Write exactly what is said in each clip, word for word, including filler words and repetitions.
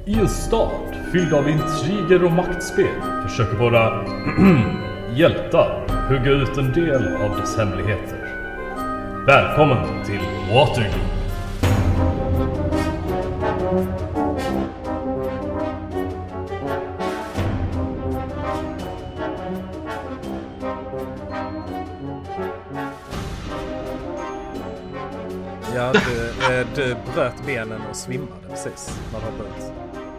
I en stad fylld av intriger och maktspel försöker våra hjältar hugga ut en del av dess hemligheter. Välkommen till Waterdeep. Ja, du, du bröt benen och svimmade precis när du hoppade ut.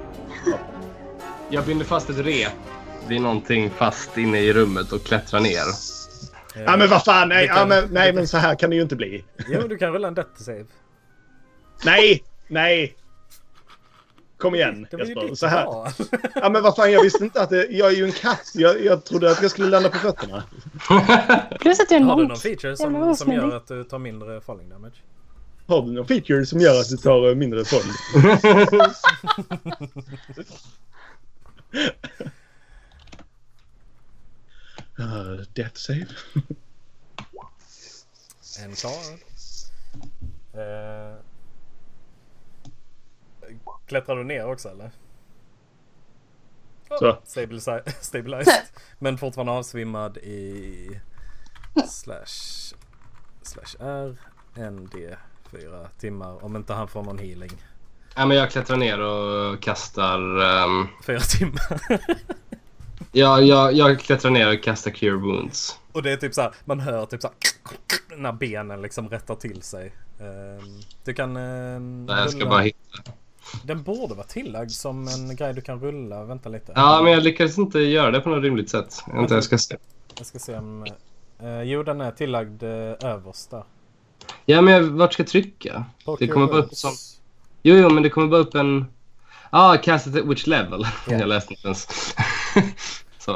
Jag binder fast ett rep. Det är någonting fast inne i rummet och klättrar ner. Ja, ja men vad fan, nej, ja, men, nej men så här kan det ju inte bli. Jo, du kan rulla en death save. Nej, nej. Kom igen, det var ju Jesper. ditt Så här. val. Ja men vad fan, jag visste inte att det, jag är ju en katt. Jag, jag trodde att jag skulle landa på fötterna. Plus att du är en Har du monk. någon feature som, Jävlar, som gör smidigt. att du tar mindre falling damage? Har du någon feature som gör att du tar mindre fond? uh, death save. En klarad. Uh, klättrar du ner också eller? Oh, Så. Stabilisi- stabilized. Men fortfarande avsvimmad i slash slash R N D fyra timmar om inte han får någon healing. Ja, men jag klättrar ner och kastar... Um... Fyra timmar. ja, jag, jag klättrar ner och kastar Cure Wounds. Och det är typ så här, man hör typ så här när benen liksom rättar till sig. Um, du kan... Um, Nej, jag ska rulla. bara hitta. Den borde vara tillagd som en grej du kan rulla. Vänta lite. Ja, men jag lyckades inte göra det på något rimligt sätt. Jag, inte, jag ska se. Jag ska se om... Uh, jo, den är tillagd uh, överst där. Ja, men jag, vart ska jag trycka? På det kommer bara upp Wounds. som... Jo, jo, men det kommer bara upp en... Ah, cast at which level? Yeah. Jag läste inte ens. Så.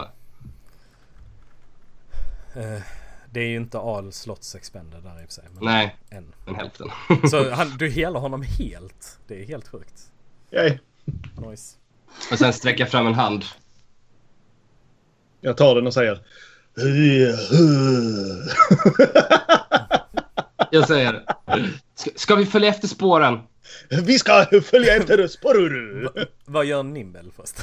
Uh, det är ju inte all slots expended där i och för sig. Men Nej, en. men hälften. Så han, du helar honom helt. Det är helt sjukt. Yay. Nice. Och sen sträcka fram en hand. Jag tar den och säger... Jag säger... Ska, ska vi följa efter spåren? Vi ska följa efter spåren. Va, vad gör Nimbel först?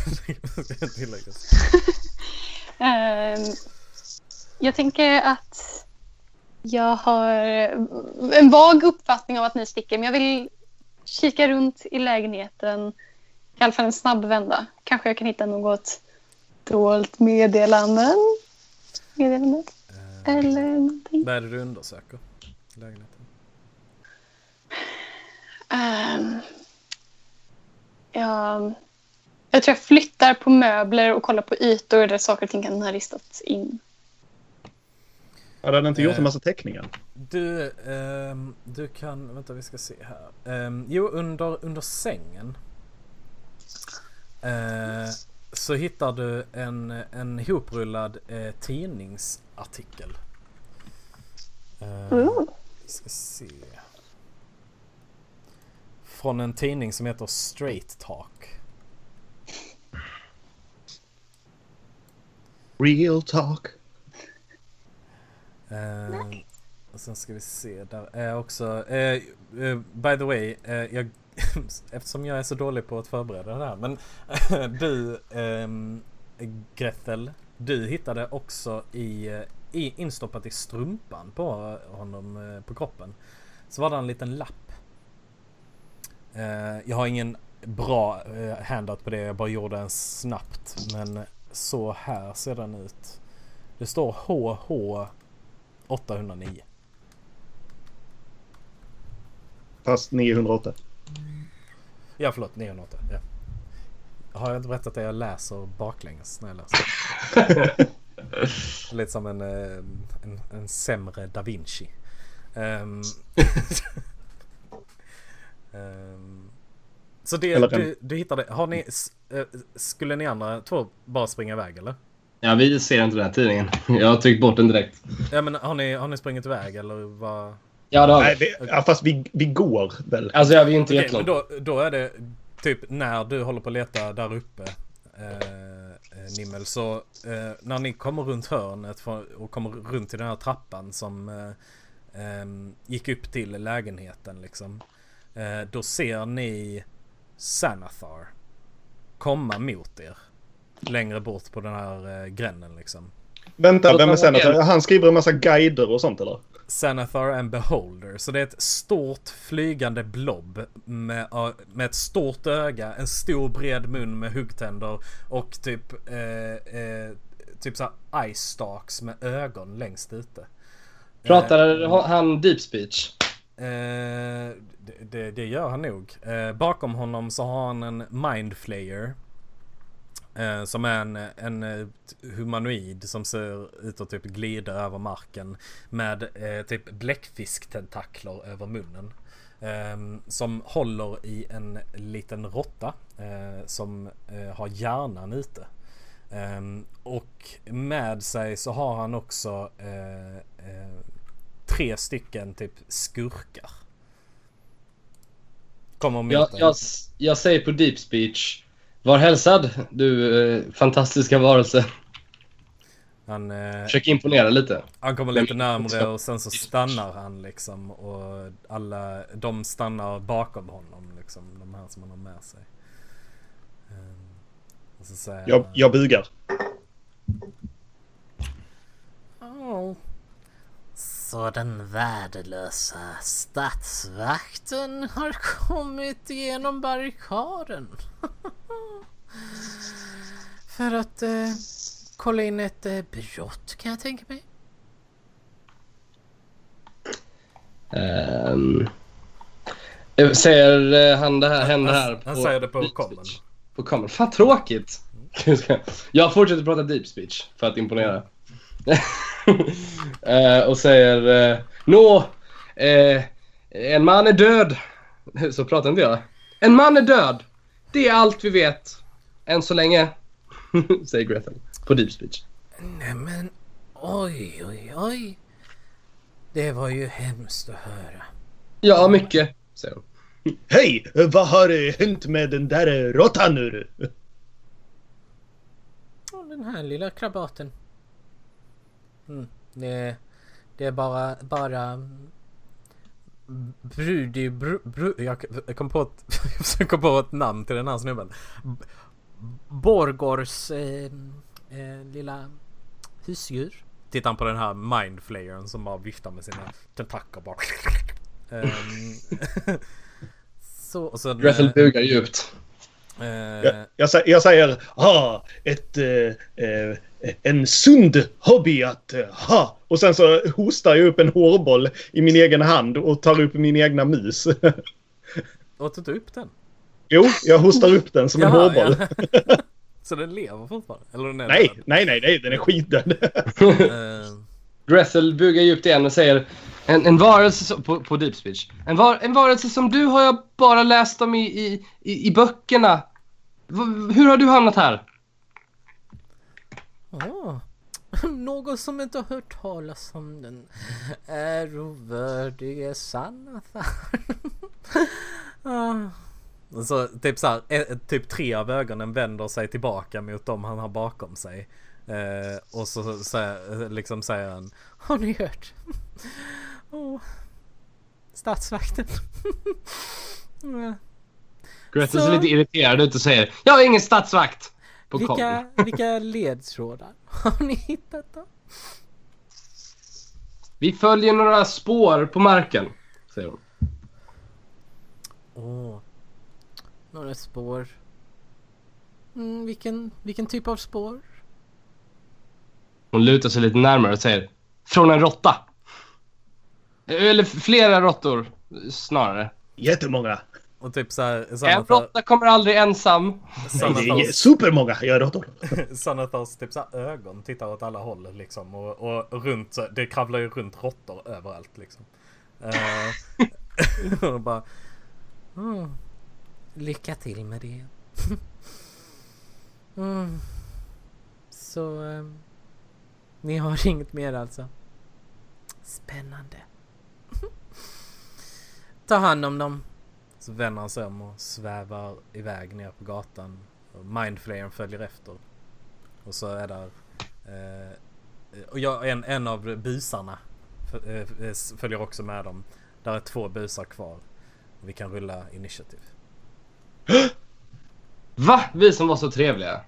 Ehm, jag tänker att jag har en vag uppfattning av att ni sticker, men jag vill kika runt i lägenheten, i alla fall en snabb vända. Kanske jag kan hitta något dolt meddelande. Meddelande. Uh, Eller någonting. vad är det du undersöker? Lägenheten. Um, ja, jag tror jag flyttar på möbler och kollar på ytor där saker och ting kan ha ristats in. Har den inte gjort en massa teckningar? Du, ehm, du kan... Vänta, vi ska se här. Ehm, jo, under, under sängen eh, så hittar du en, en ihoprullad eh, tidningsartikel. Eh, Mm. vi ska se. Från en tidning som heter Straight Talk. Real talk. Uh, och sen ska vi se, där är också uh, uh, by the way, uh, jag, eftersom jag är så dålig på att förbereda det här, men uh, du um, Grethel, du hittade också i, uh, i instoppat i strumpan på honom uh, på kroppen, så var det en liten lapp. uh, jag har ingen bra uh, handout på det, jag bara gjorde en snabbt, men så här ser den ut. Det står H H åttahundranio. Fast niohundraåtta. Ja, förlåt, niohundraåtta. Ja. Har jag inte berättat att jag läser baklänges när jag läser? Lite som en, en, en sämre Da Vinci. Um, um, så det, du, du hittade... Har ni, skulle ni andra två bara springa iväg, eller? Ja, vi ser inte den här tidningen. Jag har tryckt bort den direkt. Ja, men har ni, har ni sprungit iväg, eller vad? Ja, det har vi. Nej, det, ja, fast vi, vi går väl. Alltså, jag vill inte Okej, jättelångt. men då, då är det typ när du håller på att leta där uppe, eh, Nimmel, så eh, när ni kommer runt hörnet för, och kommer runt till den här trappan som eh, eh, gick upp till lägenheten liksom, eh, då ser ni Sanathar komma mot er. Längre bort på den här eh, gränden liksom. Vänta, vem är Senator? Han skriver en massa guider och sånt eller? Senator and Beholder. Så det är ett stort flygande blob med, uh, med ett stort öga, en stor bred mun med huggtänder och typ eh, eh, typ så här ice stalks med ögon längst ute. Pratar eh, han deep speech? Eh, det, det, det gör han nog. Eh, bakom honom så har han en mind flayer. Eh, som är en, en humanoid som ser ut att typ glida över marken med eh, typ bläckfisktentakler över munnen. Eh, som håller i en liten råtta eh, som eh, har hjärnan ute. Eh, och med sig så har han också eh, eh, tre stycken typ skurkar. Kommer mot jag, jag, jag säger på deep speech: var hälsad, du eh, fantastiska varelse. Han, eh, Försök imponera lite. Han kommer lite närmare och sen så stannar han liksom. Och alla, de stannar bakom honom liksom. De här som han har med sig. Um, och så säger jag, jag bugar. Oh. Så den värdelösa stadsvakten har kommit igenom barrikaden. För att eh, kolla in ett eh, brott, kan jag tänka mig. Um, säger han det här, händer här han, på... Han säger det på common. På common. Fan tråkigt. Jag fortsätter prata deep speech för att imponera. uh, och säger uh, Nå, uh, en man är död. Så pratar inte jag. En man är död. Det är allt vi vet. Än så länge. Säger Gretel på deep speech. Nej men, oj oj oj. Det var ju hemskt att höra. Ja, mycket, säger hon. Hej, vad har hänt med den där råttan nu? Den här lilla krabaten. Mm, det, det är bara bara Brudi bru, bru, jag, jag kom på ett jag kom på ett namn till den här snubben. Borgors eh, eh, lilla husdjur. Tittar han på den här mindflayern som bara viftar med sina tentakler bara. um, så och så Gretel bugar djupt. Uh, jag, jag, jag säger ha ett eh, eh, en sund hobby att ha, och sen så hostar jag upp en hårboll i min egen hand och tar upp min egna mus. Åt du inte upp den? Jo, jag hostar upp den som en Jaha, hårboll. Ja. Så den lever fortfarande? Eller den är nej, död? nej, nej, nej, den är skitdöd. uh, Gretel bugar djupt igen och säger en, en varelse som, på, på deep speech. En, var, en varelse som du har jag bara läst om i, i, i, i böckerna. V, hur har du hamnat här? oh. Någon som inte har hört talas om den ärovördige Sanathar. ah. Så typ så här, typ tre av ögonen vänder sig tillbaka mot dem han har bakom sig. Eh, och så, så liksom säger han: har ni hört? oh. Statsvakten. ja. Gretel ser lite irriterad ut och säger: jag är ingen statsvakt. På vilka, vilka ledtrådar har ni hittat då? Vi följer några spår på marken, säger hon. Åh. Oh. Några spår. Mm, vilken, vilken typ av spår? Hon lutar sig lite närmare och säger: från en råtta. Eller flera råttor, snarare. Jättemånga. Och typ så här, en råtta kommer aldrig ensam. Nej, det är supermånga. Jag är råttor. Sanathars typ så här ögon tittar åt alla håll liksom. Och, och runt, det kravlar ju runt råttor överallt liksom. uh, och bara... Mm. Lycka till med det. mm. Så um, ni har inget mer alltså. Spännande. Ta hand om dem. Så vänder han sig om och svävar iväg ner på gatan. Och mindflayern följer efter. Och så är där eh, och jag, en, en av busarna följer också med dem. Där är två busar kvar. Vi kan rulla initiativ. Va? Vi som var så trevliga.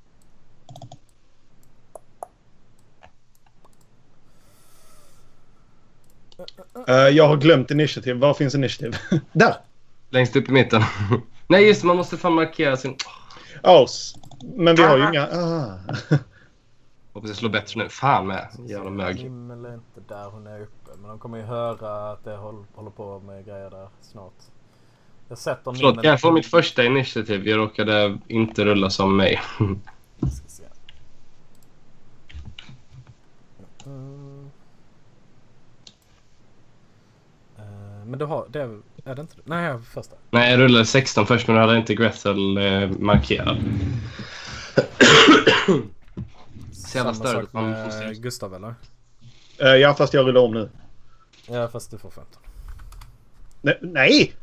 Uh, jag har glömt initiativ. Var finns initiativ? Där! Längst upp i mitten. Nej, just det, man måste fan markera sin... Ja, s- men vi har ju inga... Ah. Hoppas jag slår bättre nu. Fan med. Jävla mög. Himmel är inte där hon är uppe. Men de kommer ju höra att det håller, håller på med grejer där snart. Jag sätter Förlåt, Nimmel- kan jag få mitt första initiativ? Jag råkade inte rulla som mig. Ska se. Mm. Eh, Men du har... Det är, är det inte det? Nej, jag har första. Nej, jag rullade sexton först, men jag hade inte Gretel eh, markerad. Så jävla Samma störigt. sak Man med måste... Gustav, eller? Uh, ja, fast jag rullar om nu. Ja, fast du får femton. Ne- nej!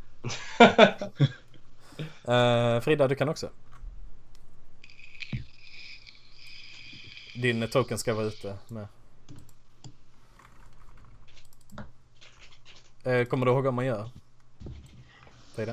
Uh, Frida, du kan också. Din token ska vara ute med. Uh, kommer du ihåg vad man gör? Frida?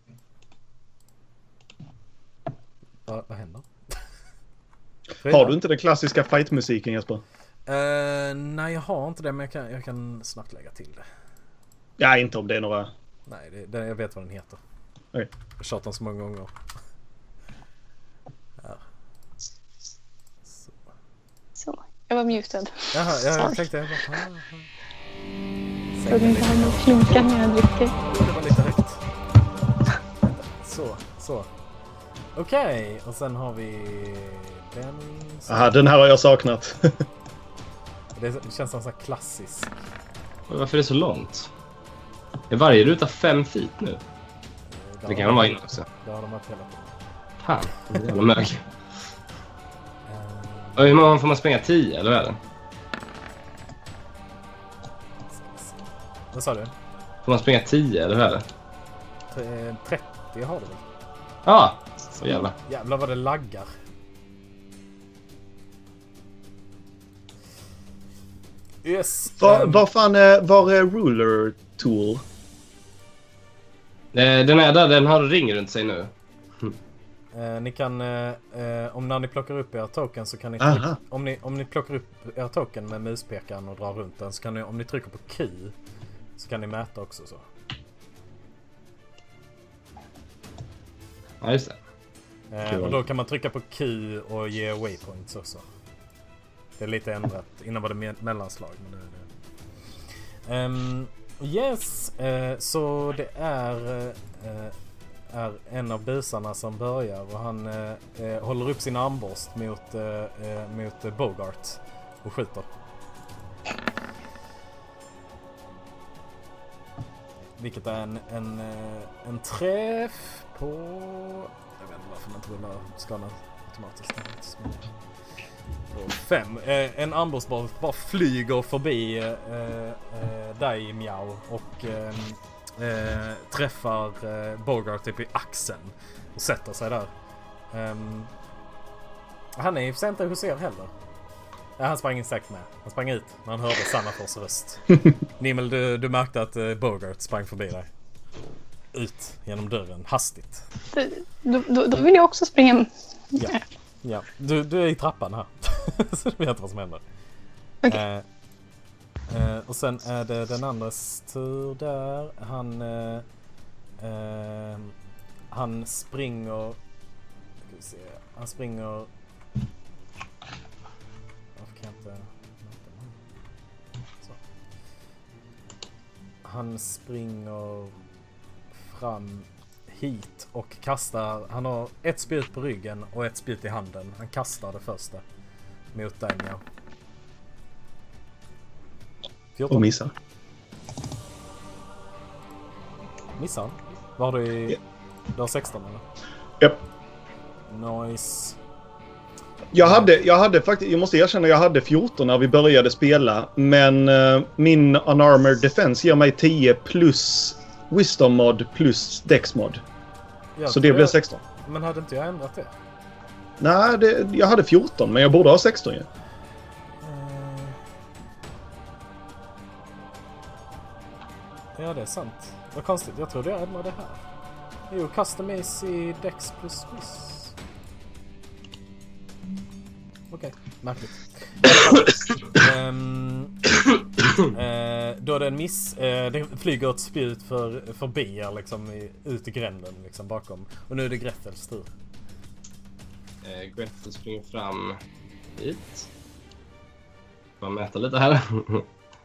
Va, vad händer? Frida? Har du inte den klassiska fightmusiken, Jesper? Uh, nej, jag har inte det, men jag kan, jag kan snabbt lägga till det. Ja, inte om det är några... Nej, det, det, jag vet vad den heter. Okej. Jag har tjatat den så många gånger. Ja. Så. Så, jag var muted. Jaha, jag, jag Sorry. tänkte... Jag bara, ah, ah. Jag vill inte ha någon klunka när jag dricker. Det var lite högt. Vänta, så, så. Okej, och sen har vi den. Aha, den här har jag saknat. Det känns som så här klassisk. Varför är det så långt? Är varje ruta fem feet nu? Där Det kan har de vara de- inne också. Där har de varit hela tiden. Fan, det är jävla mög. Eh, Och hur många får man springa? tio, eller vad är det? ska vi se. Vad sa du? Får man springa tio, eller vad är det? Tre- trettio har du väl? Ja, så jävla. Jävlar vad det laggar. Yes. Var, ehm, var fan är, var är ruler tool? Eh, Den är där, den har ring runt sig nu. Eh, ni kan, eh, eh, om när ni plockar upp era token så kan ni Aha. trycka, om ni, om ni plockar upp era token med muspekaren och drar runt den så kan ni, om ni trycker på Q så kan ni mäta också så. Ja, just det. Eh, Kul. och då kan man trycka på Q och ge waypoints också. Det är lite ändrat. Innan var det me- mellanslag. Men det är det. Ehm, yes, eh, så det är, eh, är en av busarna som börjar och han eh, eh, håller upp sin armborst mot, eh, eh, mot eh, Bogart och skjuter. Vilket är en, en, eh, en träff på... Jag vet inte varför man inte rullar skalan automatiskt. På fem. Eh, en armborst bara, bara flyger förbi eh, eh, dig, Miao, och eh, eh, träffar eh, Bogart typ i axeln och sätter sig där. Um, han är ju för sig inte hos er heller. Ja, han sprang säkert med. Han sprang ut när han hörde Sannafors röst. Nimmel, du, du märkte att eh, Bogart sprang förbi dig. Ut genom dörren, hastigt. Då, då, då vill jag också springa. Ja, ja. Du, du är i trappan här. Så du vet vad som händer. Okej. Eh, eh, och sen är det den andras tur där. Han eh, eh, han springer ska vi se, han springer varför kan jag inte så. Han springer fram hit och kastar, han har ett spjut på ryggen och ett spjut i handen. Han kastar det första mot dig, Miao. fjorton. Och missar. Missar han? Vad har du i... Ja. Du har sexton eller? Japp. Nice. Jag hade, jag hade faktiskt, jag måste erkänna, jag hade fjorton när vi började spela. Men uh, min unarmored defense ger mig tio plus wisdom mod plus dex mod. Jag Så tror det blev jag- sexton. Men hade inte jag ändrat det? Nej, det, jag hade fjorton, men jag borde ha sexton ju. Eh. Ja, det är sant. Vad konstigt. Jag trodde jag ändrade det här. Jo, custom ace i dex plus wiz. okej. Märkligt. um, uh, då är det en miss. Uh, det flyger ett spjut för, förbi er liksom i, ut i gränden liksom bakom. Och nu är det Grethels tur. Eh, Grethel springer fram hit. Bara mäta lite här. um,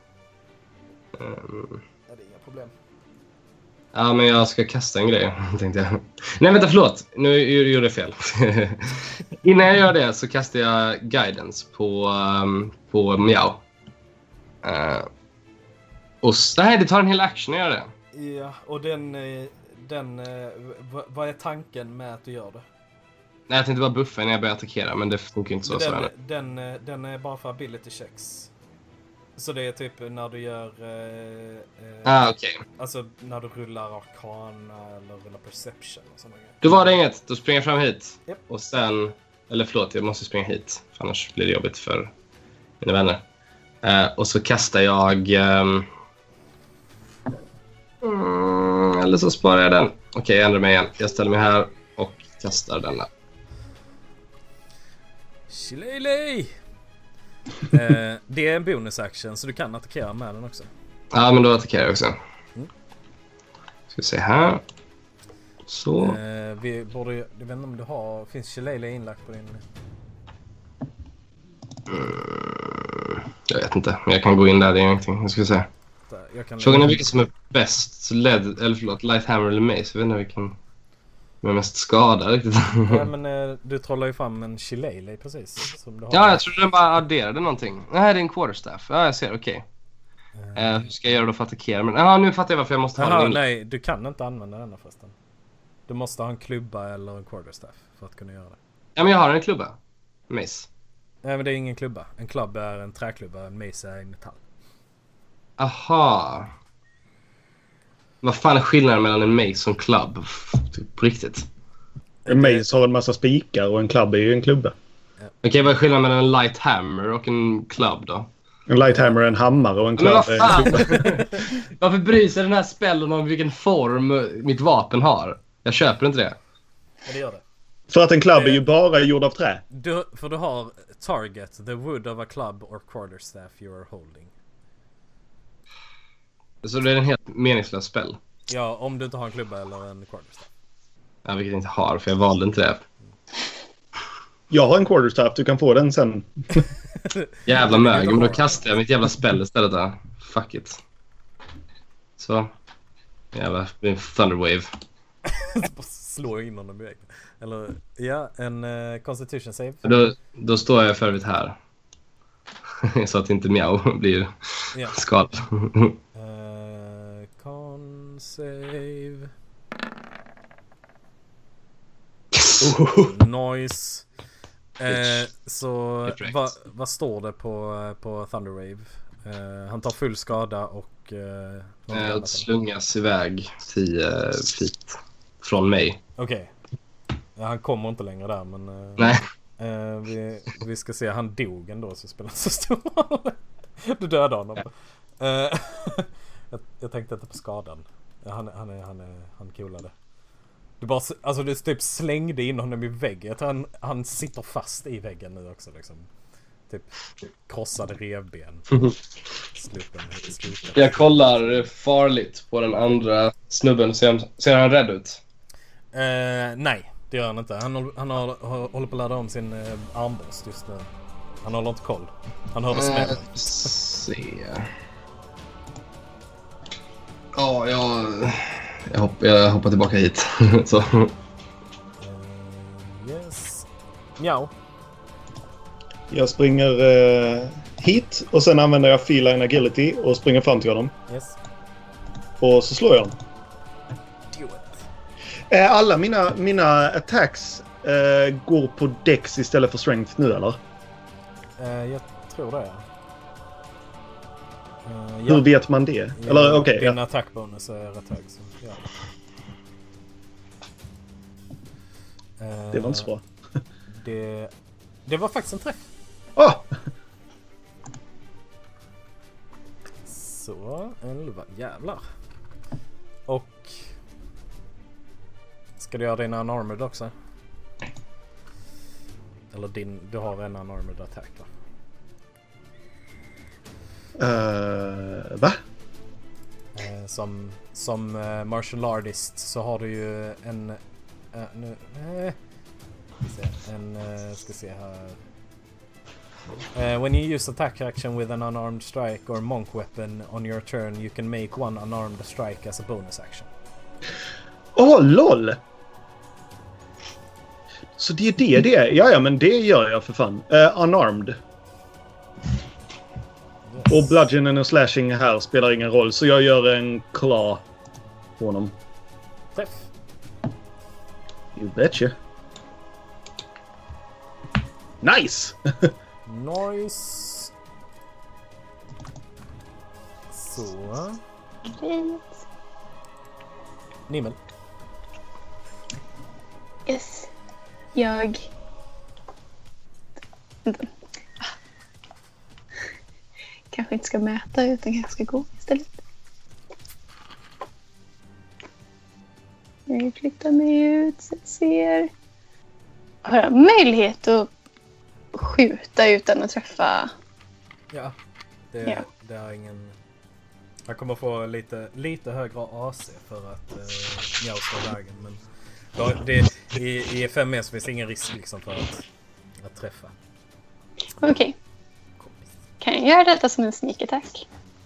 Ja, det är inga problem. Ja, men jag ska kasta en grej, tänkte jag. Nej, vänta, förlåt. Nu gjorde jag fel. Innan jag gör det så kastar jag guidance på, um, på Miao. Uh, och nej, det tar en hel action att göra det. Ja, och den... den v- vad är tanken med att du gör det? Nej, jag tänkte bara buffa när jag börjar attackera, men det funkar inte så. Den, så den, den är bara för ability checks. Så det är typ när du gör... Eh, eh, ah, okej. Okay. Alltså när du rullar Arcana eller rullar Perception och sådana grejer. Då var det inget. Då springer jag fram hit. Yep. Och sen... Eller förlåt, jag måste springa hit. För annars blir det jobbigt för mina vänner. Uh, och så kastar jag... Um, mm, eller så sparar jag den. Okej, okay, jag ändrar mig igen. Jag ställer mig här och kastar denna. Shillelagh! eh, det är en bonus action så du kan attackera med den också. Ja, men då attackerar jag också. Mm. Ska vi se här. Så. Eh, vi borde, jag vet inte om du har, finns Shillelagh inlagt på din... Mm, jag vet inte, men jag kan gå in där, det är ingenting. Jag ska se. Frågan är vilken som är bäst, led, eller förlåt, Lighthammer eller Mace. Jag vet inte vilken som är mest skadad riktigt. Ja, men eh, du trollar ju fram en Shillelagh precis. Som du har. Ja, jag trodde den bara adderade någonting. Nej, det är en quarterstaff. Ja, jag ser, okej. Okay. Uh, hur ska jag göra då för att attackera? Men, ja, nu fattar jag varför jag måste Aha, ha den. Nej, du kan inte använda den förresten. Du måste ha en klubba eller en quarterstaff för att kunna göra det. Ja, men jag har en klubba. Mace. Nej, men det är ingen klubba. En klubb är en träklubba, en mace är en metall. Aha. Vad fan är skillnaden mellan en mace och en klubb? På riktigt. En mace har en massa spikar och en klubb är ju en klubba. Ja. Okej, okay, vad är skillnaden mellan en light hammer och en klubb då? En light hammer är en hammare och en klubb är en klubba. Varför bryr sig den här spellen om vilken form mitt vapen har? Jag köper inte det. Ja, det gör det. För att en klubb är ju bara gjord av trä. Du, för du har target, the wood of a club or quarterstaff you are holding. Så det är en helt meningslös spel? Ja, om du inte har en klubba eller en quarterstaff. Ja, vilket jag inte har, för jag valde inte det. Jag har en quarterstaff, du kan få den sen. Jävla mög, men då kastar jag mitt jävla spel istället där. Fuck it. Så. Jävla, det blir en thunderwave. Bara slå in honom i väggen. Eller, ja, en uh, constitution save. Då, då står jag för övrigt här. Så att inte Miao blir ja. skadad. uh, con save. Noise. Eh, så vad va står det på, på Thunderwave? Eh, han tar full skada och eh, eh, slungas iväg tio feet från mig. Okej. Okay. Ja, han kommer inte längre där, men eh, nej. Eh, vi, vi ska se, han dog ändå så spelar inte så stor roll. Du dödade honom. Ja. Eh, jag, jag tänkte inte på skadan. Han, han är han är han coolade. Du bara, alltså du typ slängde in honom i väggen. Jag tror han, han sitter fast i väggen nu också liksom. Typ krossade revben. Slupen, slupen. Jag kollar farligt på den andra snubben. Ser, ser han rädd ut? Uh, nej, det gör han inte. Han, han har, har, håller på att ladda om sin uh, armborst just nu. Han håller inte koll. Han hörde smällen. Uh, se. Ja, oh, jag... Jag, hopp, jag hoppar tillbaka hit. Så. Uh, yes. Miao. Jag springer uh, hit och sen använder jag feline agility och springer fram till honom. Yes. Och så slår jag honom. Do it. Uh, alla mina, mina attacks uh, går på dex istället för strength nu, eller? Uh, jag tror det. Uh, Hur ja. vet man det? Ja, Eller okej. Okay, din ja. attackbonus är rätt hög. Så, ja. uh, det var inte så bra. det, det var faktiskt en träff. Oh! Så, elva. Jävlar. Och... Ska du göra dina unarmored också? Eller din, du har en unarmed attack va? Uh, va? Eh, som som uh, martial artist så har du ju en... Uh, nu, eh, ska se, en, uh, ska se här... Uh, when you use attack action with an unarmed strike or monk weapon on your turn, you can make one unarmed strike as a bonus action. Åh, oh, lol! Så det är det det är. Ja, ja, men det gör jag för fan. Uh, unarmed. Yes. Och bludgeoning och slashing här spelar ingen roll. Så jag gör en claw på honom. Träff. You betcha. Nice! Nice. Så. Great. Nimmel. Yes. Jag... Vänta. Ah. Kanske inte ska mäta utan kanske ska gå istället. Jag flyttar mig ut så jag ser... Har jag möjlighet att skjuta utan att träffa? Ja, det, Ja. det har ingen... Jag kommer få lite, lite högre A C för att uh, njausta vägen, men då, det, i, i fem E så finns ingen risk liksom för att, att träffa. Okej. Okay. Kan jag göra detta som en sneak attack?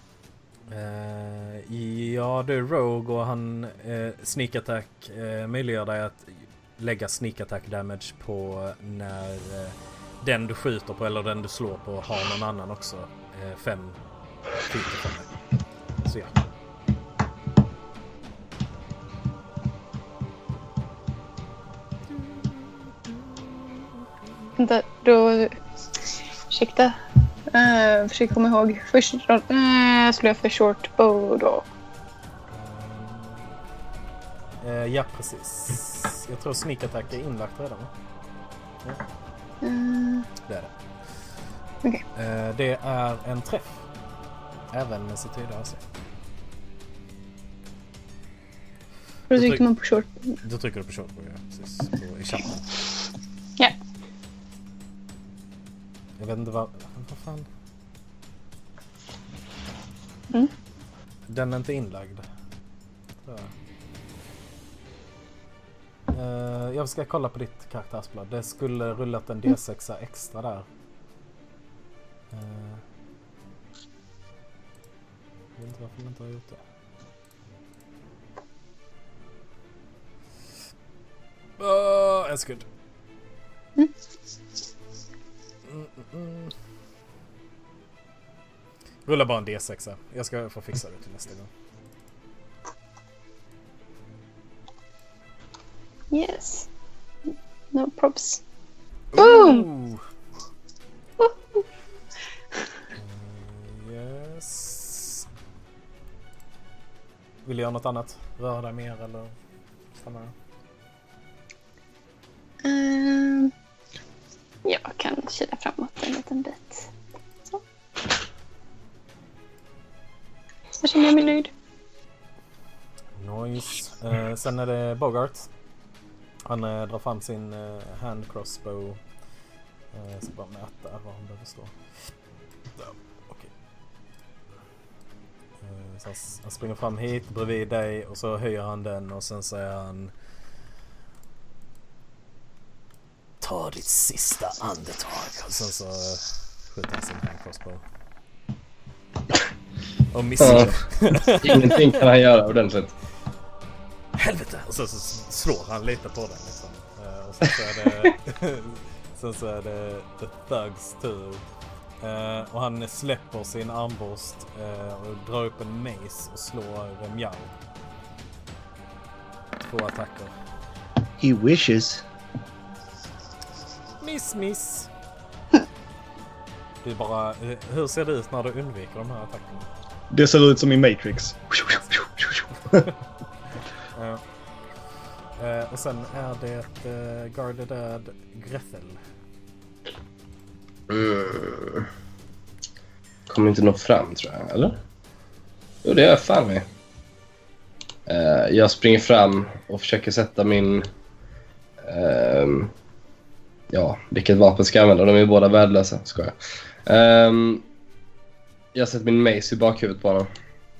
Uh, ja, du är rogue och han uh, sneak attack uh, möjliggör dig att lägga sneak attack damage på när uh, den du skjuter på eller den du slår på har någon annan också. Uh, fem feet från dig. Så ja. Vänta, då... Ursäkta. Uh, försök komma ihåg. Först uh, slår jag för short bow då. Uh, uh, ja, precis. Jag tror sneak attack är inlagt redan. Ja. Uh, det är det. Okej. Okay. Uh, det är en träff. Även med sitt höjda A C. Då trycker man på short. Då trycker du på short bow, ja. Precis. På, i chatten. Ja. Jag vet inte vad... Vad fan? Mm. Den är inte inlagd. Så. Uh, jag ska kolla på ditt karaktärsblad. Det skulle rullat en D sex extra där. Uh, jag vet inte varför man inte har gjort det. Uh, en sekund. Mm. Mm, mm, mm. Rulla bara en D sex. Jag ska få fixa det till nästa gång. Yes. No props. Boom! Uh, yes. Vill du göra något annat? Röra dig mer eller stanna? Uh, jag kan kila framåt en liten bit. Så. Så känner jag mig nöjd. Nice. Uh, sen är det Bogart. Han uh, drar fram sin uh, hand crossbow. Uh, jag ska bara mäta vad han behöver stå. Okej. Okay. Uh, så han, han springer fram hit bredvid dig och så höjer han den och sen säger han: ta ditt sista andetag. Och sen så uh, skjuter han sin hand crossbow. Och missar. Uh, ingenting kan han göra ordentligt. Helvete! Och så, så slår han lite på den liksom. Uh, och sen så är det sen så är det The Thugs tur. Uh, och han släpper sin armborst uh, och drar upp en mace och slår uh, Mjau. Två attacker. He wishes. Miss, miss. Det är bara, uh, hur ser det ut när du undviker de här attackerna? Det ser ut som i Matrix. Ja. Uh, och sen är det uh, Guarded Död Grethel. Mm. Kommer inte nå fram tror jag, eller? Jo, det gör jag fan med. Uh, jag springer fram och försöker sätta min... Uh, Ja, vilket vapen ska jag använda? De är ju båda värdelösa, ska jag. Um, jag sätter min mace i bakhuvudet på honom.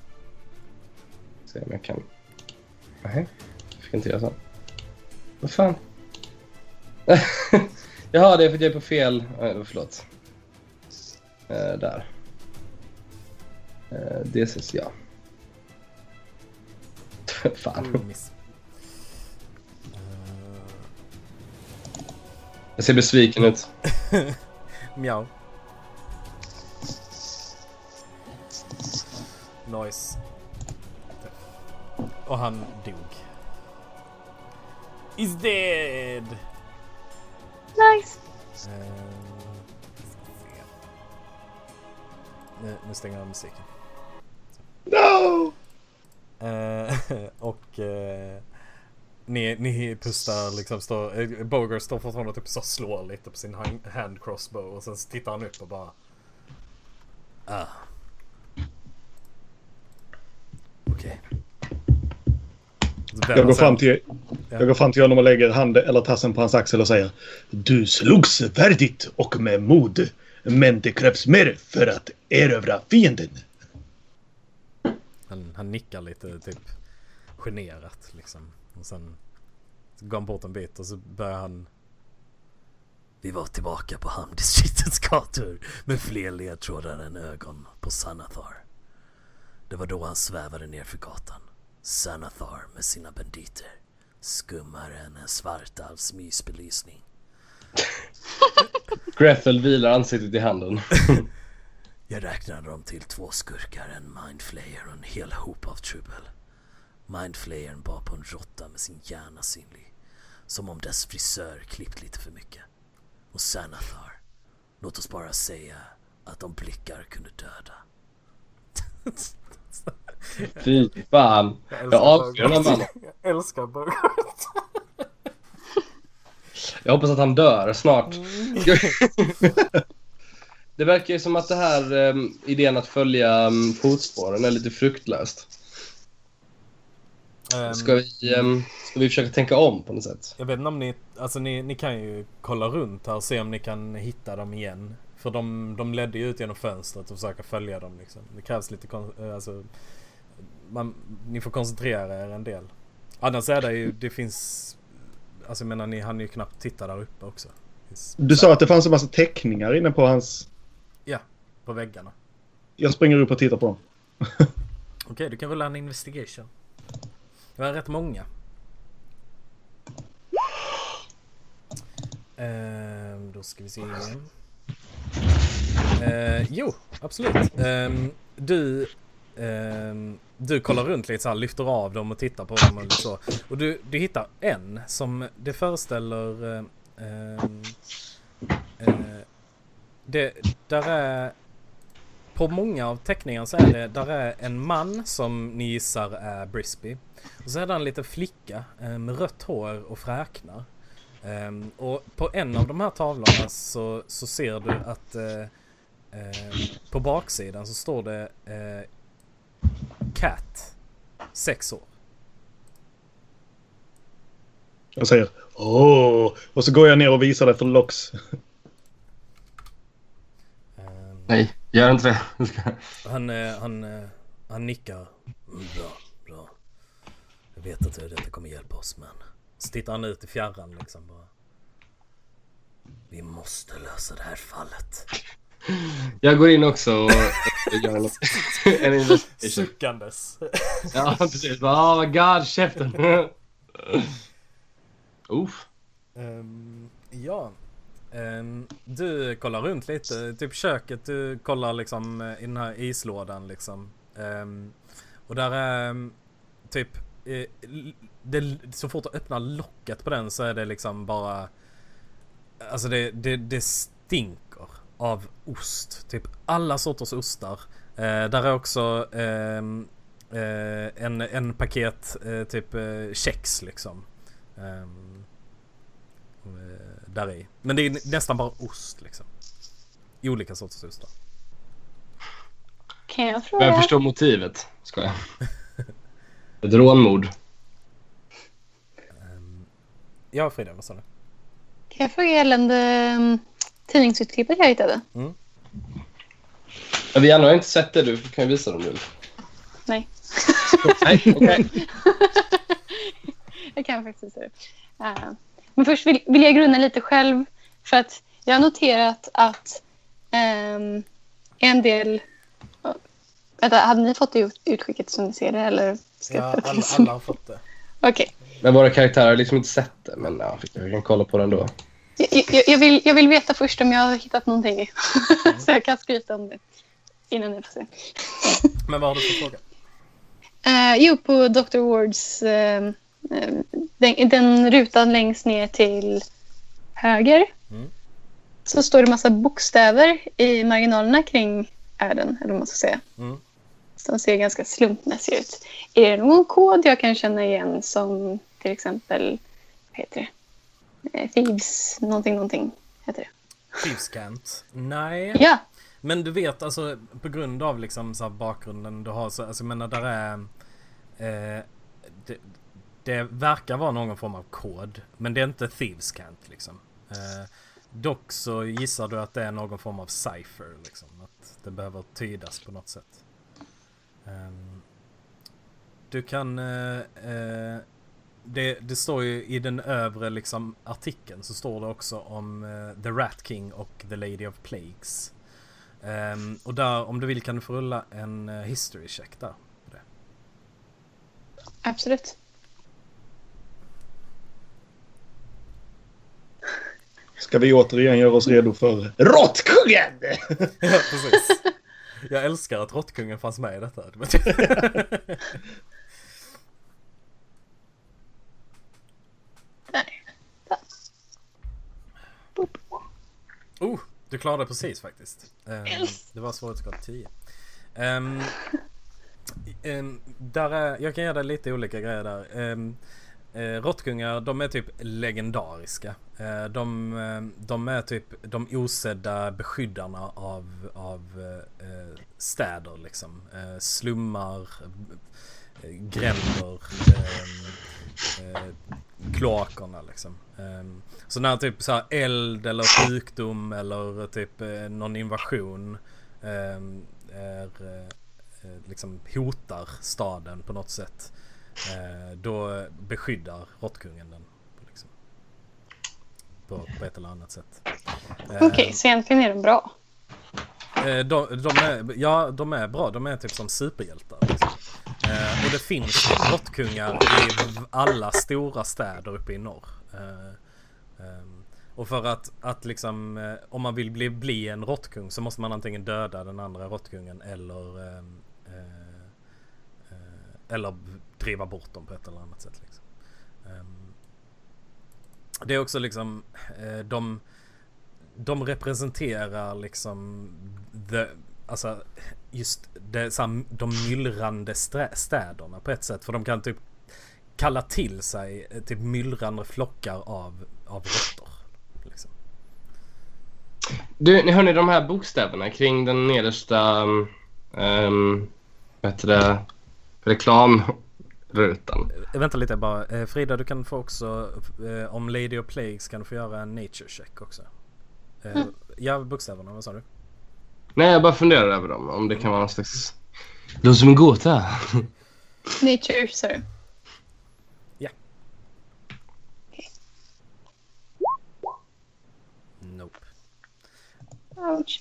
Se om jag kan... Nej, jag fick inte göra så. Vad fan? Jaha, det är för att jag är på fel... Äh, förlåt. Uh, där. Uh, det ses ja. Fan. Mm, miss. Jag ser besviken ut. Mjau. Nice. Och han dog. Is dead! Nice. Uh, nu, nu stänger jag musiken. No! Uh, och uh, ni, ni pustar liksom, står, uh, Bogart står fortfarande typ så slår lite på sin hand crossbow och sen tittar han upp och bara ah. Okej. Okay. Jag går fram till jag går fram till honom och lägger handen eller tassen på hans axel och säger: Du slogs värdigt och med mod, men det krävs mer för att erövra fienden. Han, han nickar lite typ generat liksom. Och sen går han bort en bit och så börjar han. Vi var tillbaka på hamndistriktets gator med fler ledtrådar än ögon på Sanathar. Det var då han svävade ner för gatan. Sanathar med sina banditer. Skummare än en svartalvs mysbelysning. Grethel vilar ansiktet i handen. Jag räknade dem till två skurkar, en mindflayer och en hel hop av trubbel. Mindflayern bar på en råtta med sin hjärna synlig, som om dess frisör klippt lite för mycket. Och Sanathar, låt oss bara säga att de blickar kunde döda. Fy fan. Jag avskyr den här mannen. Jag älskar Bogart. Jag hoppas att han dör snart. Det verkar ju som att det här um, idén att följa um, fotspåren är lite fruktlöst. Um, ska, vi, um, ska vi försöka tänka om på något sätt? Jag vet inte om ni... Alltså ni, ni kan ju kolla runt här och se om ni kan hitta dem igen. För de, de ledde ju ut genom fönstret och försöka följa dem liksom. Det krävs lite... Kon- alltså, man, ni får koncentrera er en del. Annars är det ju... Det finns... Alltså jag menar, ni hann ju knappt titta där uppe också. Du sa att det fanns en massa teckningar inne på hans... Ja, på väggarna. Jag springer upp och tittar på dem. Okej, okay, du kan rulla en investigation. Det var rätt många. Ehm, då ska vi se igen. Ehm, jo, absolut. Ehm, du... Um, du kollar runt lite så här, lyfter av dem och tittar på dem och så. Och du, du hittar en som det föreställer uh, um, uh, det, där är på många av teckningarna så är det där är en man som ni gissar är Brisby. Och så är det en liten flicka uh, med rött hår och fräknar. Um, och på en av de här tavlorna så, så ser du att uh, uh, på baksidan så står det uh, Cat, sex år. Jag säger åh, och så går jag ner och visar det för Lox. Um, Nej, gör inte det. han, han, han nickar. Mm, bra, bra. Jag vet att detta kommer hjälpa oss, men så tittar han ut i fjärran liksom bara. Vi måste lösa det här fallet. Jag går in också och gör en, en investigation. Suckandes. Ja, precis. Oh my god, käften. Uff. Um, ja. Um, du kollar runt lite. Typ köket. Du kollar liksom i den här islådan liksom. Um, och där är um, typ uh, det, så fort du öppnar locket på den så är det liksom bara alltså det, det, det stinker av ost. Typ alla sorters ostar. Eh, där är också eh, eh, en, en paket eh, typ eh, kex liksom. Eh, där i. Men det är nästan bara ost liksom. I olika sorters ostar. Kan jag fråga? Jag förstår motivet, ska jag. Ett rånmord. Um, ja, Frida, vad sa du? Kan jag fråga gällande um, tidningsutklippet jag hittade? Mm. Ja, vi andra har inte sett det, du kan ju visa dem nu. Nej. Nej, okej. Okay. Jag kan faktiskt det. Uh, men först vill, vill jag grunna lite själv. För att jag har noterat att um, en del... Uh, vänta, hade ni fått det ut, utskicket som ni ser det? Eller ska Ja, jag alla, alla har fått det. Okej. Okay. Men våra karaktärer har liksom inte sett det, men ja, vi kan kolla på den då. Jag, jag, jag, vill, jag vill veta först om jag har hittat någonting. Mm. Så jag kan skryta om det innan ni får se. Men vad har du för fråga? Uh, jo, på doktor Wards... Uh, uh, den, den rutan längst ner till höger. Mm. Så står det massa bokstäver i marginalerna kring världen, eller vad man ska säga. Mm. Så de ser ganska slumpmässiga ut. Är det någon kod jag kan känna igen som till exempel, vad heter det? Eh, Thieves, någonting, någonting heter det. Thievescant? Nej. Ja. Men du vet, alltså på grund av liksom så här bakgrunden du har, så alltså jag menar, där är eh, det, det verkar vara någon form av kod, men det är inte Thievescant liksom. Eh, dock så gissar du att det är någon form av cipher liksom, att det behöver tydas på något sätt. Um, du kan uh, uh, det, det står ju i den övre liksom artikeln, så står det också om uh, The Rat King och The Lady of Plagues. Um, och där, om du vill, kan du få rulla en uh, history check där på det. Absolut. Ska vi återigen göra oss redo för Råttkungen? Ja, precis. Jag älskar att Råttkungen fanns med i detta. Oh, du klarade det precis faktiskt. Um, det var svårighetsgrad tio. Um, um, där är, jag kan ge dig lite olika grejer där. Um, uh, Råttkungar, de är typ legendariska. Uh, de, de är typ de osedda beskyddarna av, av uh, städer liksom. Uh, slummar, uh, gränder, uh, uh, kloakerna liksom. Um, så när typ så här eld eller sjukdom eller typ uh, någon invasion um, är, uh, liksom hotar staden på något sätt, uh, då beskyddar Råttkungen den liksom, på, på ett eller annat sätt. Okej, okay, uh, så egentligen är de bra. Uh, de, de är, ja, de är bra. De är typ som superhjältar liksom. Uh, och det finns Råttkungar i alla stora städer uppe i norr. Uh, um, och för att, att liksom, uh, om man vill bli, bli en råttkung så måste man antingen döda den andra råttkungen eller um, uh, uh, eller driva bort dem på ett eller annat sätt liksom. Um, det är också liksom uh, de, de representerar liksom the, alltså just det, så här, de myllrande städerna på ett sätt, för de kan typ kalla till sig typ myllrande flockar av, av råttor liksom. Du, ni hör ni de här bokstäverna kring den nedersta um, vad heter det, reklamrutan? Äh, vänta lite bara, äh, Frida, du kan få också äh, om Lady of Plagues kan du få göra en nature check också. Äh, mm. Ja, bokstäverna, vad sa du? Nej, jag bara funderar över dem. Om det kan vara någon slags... Det låter som en gåta. Nature, sorry. Ja. Okay. Nope. Ouch.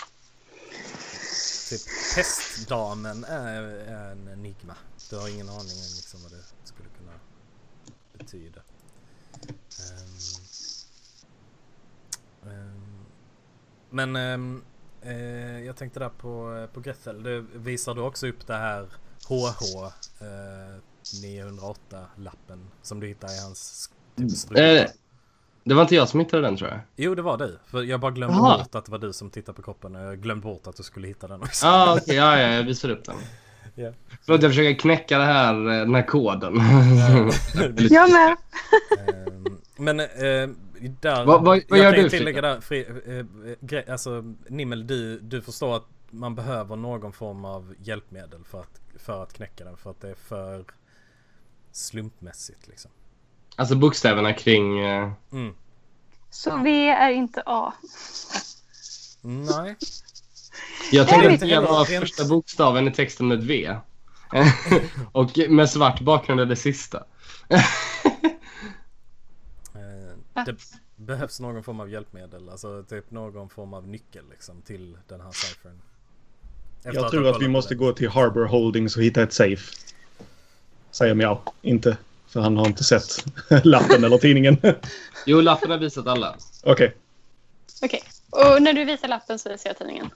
Typ pestdamen är, är en enigma. Du har ingen aning om liksom vad det skulle kunna betyda. Um, um, men... Um, Eh, jag tänkte där på, på Grethel. Det visar du också upp det här H H eh, niohundraåtta-lappen som du hittar i hans typ eh, det var inte jag som hittade den, tror jag. Jo, det var du. För jag bara glömde Aha. bort att det var du som tittade på koppen. Och jag glömde bort att du skulle hitta den också. Ah, okay, ja, ja, jag visar upp den. Yeah. Förlåt, jag försöker knäcka det här, den här koden. Jag med. Men... Eh, Där, vad, vad, vad jag gör kan du? Tillägga där, fri, äh, gre, alltså Nimmel, du, du förstår att man behöver någon form av hjälpmedel för att, för att knäcka den, för att det är för slumpmässigt liksom. Alltså bokstäverna kring... Uh... Mm. Så V är inte A. Nej. Jag tänkte Rent- att det var rent- första bokstaven i texten med ett V. Och med svart bakgrund är det sista. Eh, det behövs någon form av hjälpmedel, alltså typ någon form av nyckel liksom till den här ciphern. Efter Jag tror ha att vi kollat måste på det. gå till Harbor Holdings och hitta ett safe. Säger Miao. Inte, för han har inte sett lappen eller tidningen. Jo, lappen har visat alla. Okej. Okej. Och när du visar lappen så visar jag tidningen.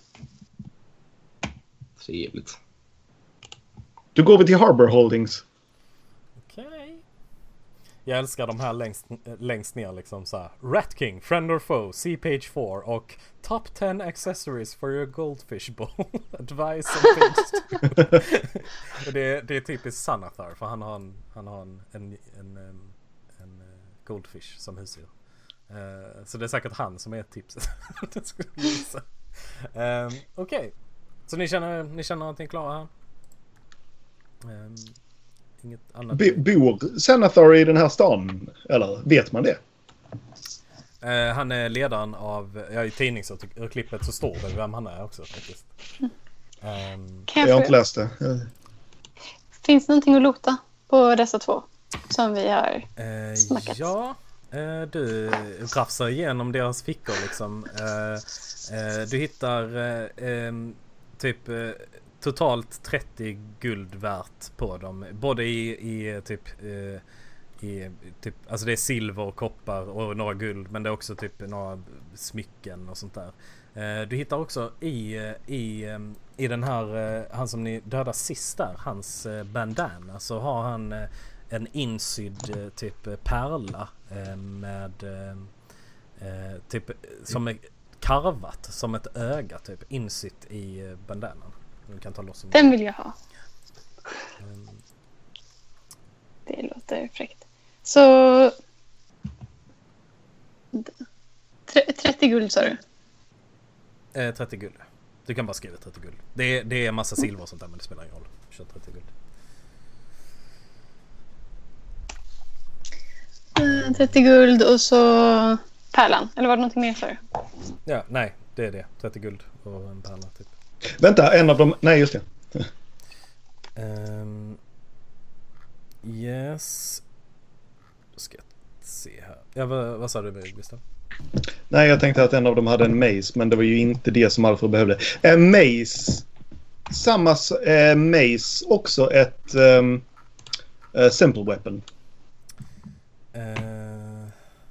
Trevligt. Då går vi till Harbor Holdings. Okej. Jag älskar de här längst, längst ner liksom så här. Rat King, friend or foe, see page four och top ten accessories for your goldfish bowl. Advice on page two. Och det, det är typiskt Sanathar för han har en, han har en, en, en, en, en goldfish som husdjur. Uh, så det är säkert han som är ett tips. Det skulle jag gissa. Um, Okej. Okay. Så ni känner, ni känner någonting klara här? Um, inget annat. B- bor Sanathar i den här stan? Eller vet man det? Uh, han är ledaren av, ja, i tidningsklippet så står det vem han är också faktiskt. Um, Kan Jag jag har få... inte läst det. Finns det någonting att lota på dessa två som vi har uh, snackat? ja, uh, du rafsar igenom deras fickor liksom. Uh, uh, du hittar uh, um, typ uh, totalt trettio guld värt på dem. Både i, i typ... Uh, I, typ, alltså det är silver och koppar och några guld, men det är också typ några smycken och sånt där. Eh, du hittar också i, i, i den här, eh, han som ni dödade sist där, hans eh, bandana, så har han eh, en insydd eh, typ pärla eh, med eh, typ som är karvat som ett öga typ insytt i eh, bandanan. Du kan ta loss Den vill jag ha. Mm. Det låter fräckt. Så... trettio guld sa du? Eh, trettio guld. Du kan bara skriva trettio guld. Det är, det är massa silver och sånt där, men det spelar ingen roll. Kör trettio guld. Uh, trettio guld och så pärlan. Eller var det någonting mer sa du? Ja, nej, det är det. trettio guld och en pärla typ. Vänta, en av dem... Nej, just det. Um, yes. Ska jag se här. Ja, vad, vad sa du, Gustav? Nej, jag tänkte att en av dem hade en mace, men det var ju inte det som Alfred behövde. En mace. Samma eh, mace, också ett um, uh, simple weapon. Uh,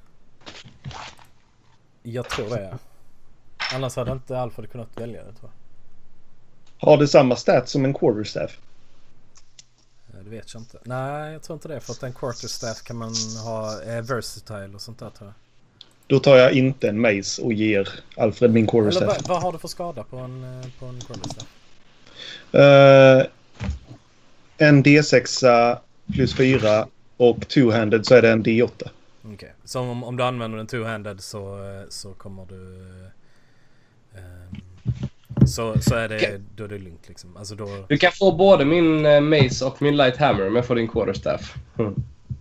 jag tror det är. Annars hade inte Alfred kunnat välja det, tror jag. Har det samma stats som en quarterstaff? Det vet jag inte. Nej, jag tror inte det. För att en quarterstaff kan man ha eh, versatile och sånt där, tror jag. Då tar jag inte en mace och ger Alfred min Eller quarterstaff. vad, vad har du för skada på en, på en quarterstaff? Uh, en D sex plus fyra och two-handed så är det en D åtta. Okej, okay. Så om, om du använder en two-handed så, så kommer du... Um, så, så är det, då är det lugnt liksom. Alltså då... Du kan få både min uh, mace och min light hammer om jag får din quarterstaff. Mm.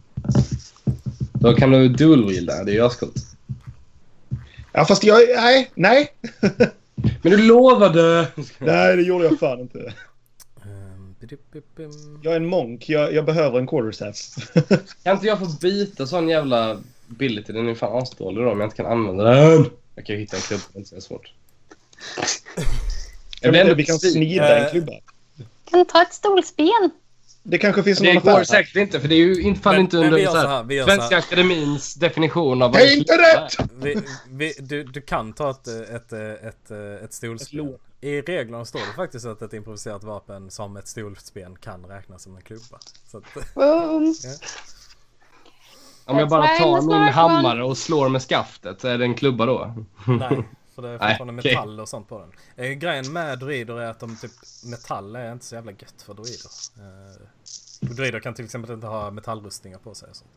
Då kan du dual-wielda, det är ju ascoolt. Ja, fast jag... Nej, nej. Men du lovade! Nej, det gjorde jag fan inte. Um, jag är en monk, jag, jag behöver en quarterstaff. Kan inte jag få byta sån jävla ability? Den är fan asdålig då om jag inte kan använda den. Jag kan ju hitta en klubba, det är inte så svårt. Jag vet inte, vi kan snida en klubba. Kan ta ett stolsben. Det kanske finns Det någon går affär. säkert inte, för det är ju inte, fall Men- inte men under vi gör så så här, här, vi gör Svenska så här. Akademins definition av Det är inte rätt! vi, vi, du, du kan ta ett, ett, ett, ett stolsben. I reglerna står det faktiskt att ett improviserat vapen som ett stolsben kan räknas som en klubba. Så att, Boom. Om jag bara That's tar right, min smart hammare och slår med skaftet så är det en klubba då. nej, för det är fortfarande Nej, okej. metall och sånt på den. Eh, grejen med druider är att de typ, metall är inte så jävla gött för druider. Eh, druider kan till exempel inte ha metallrustningar på sig och sånt.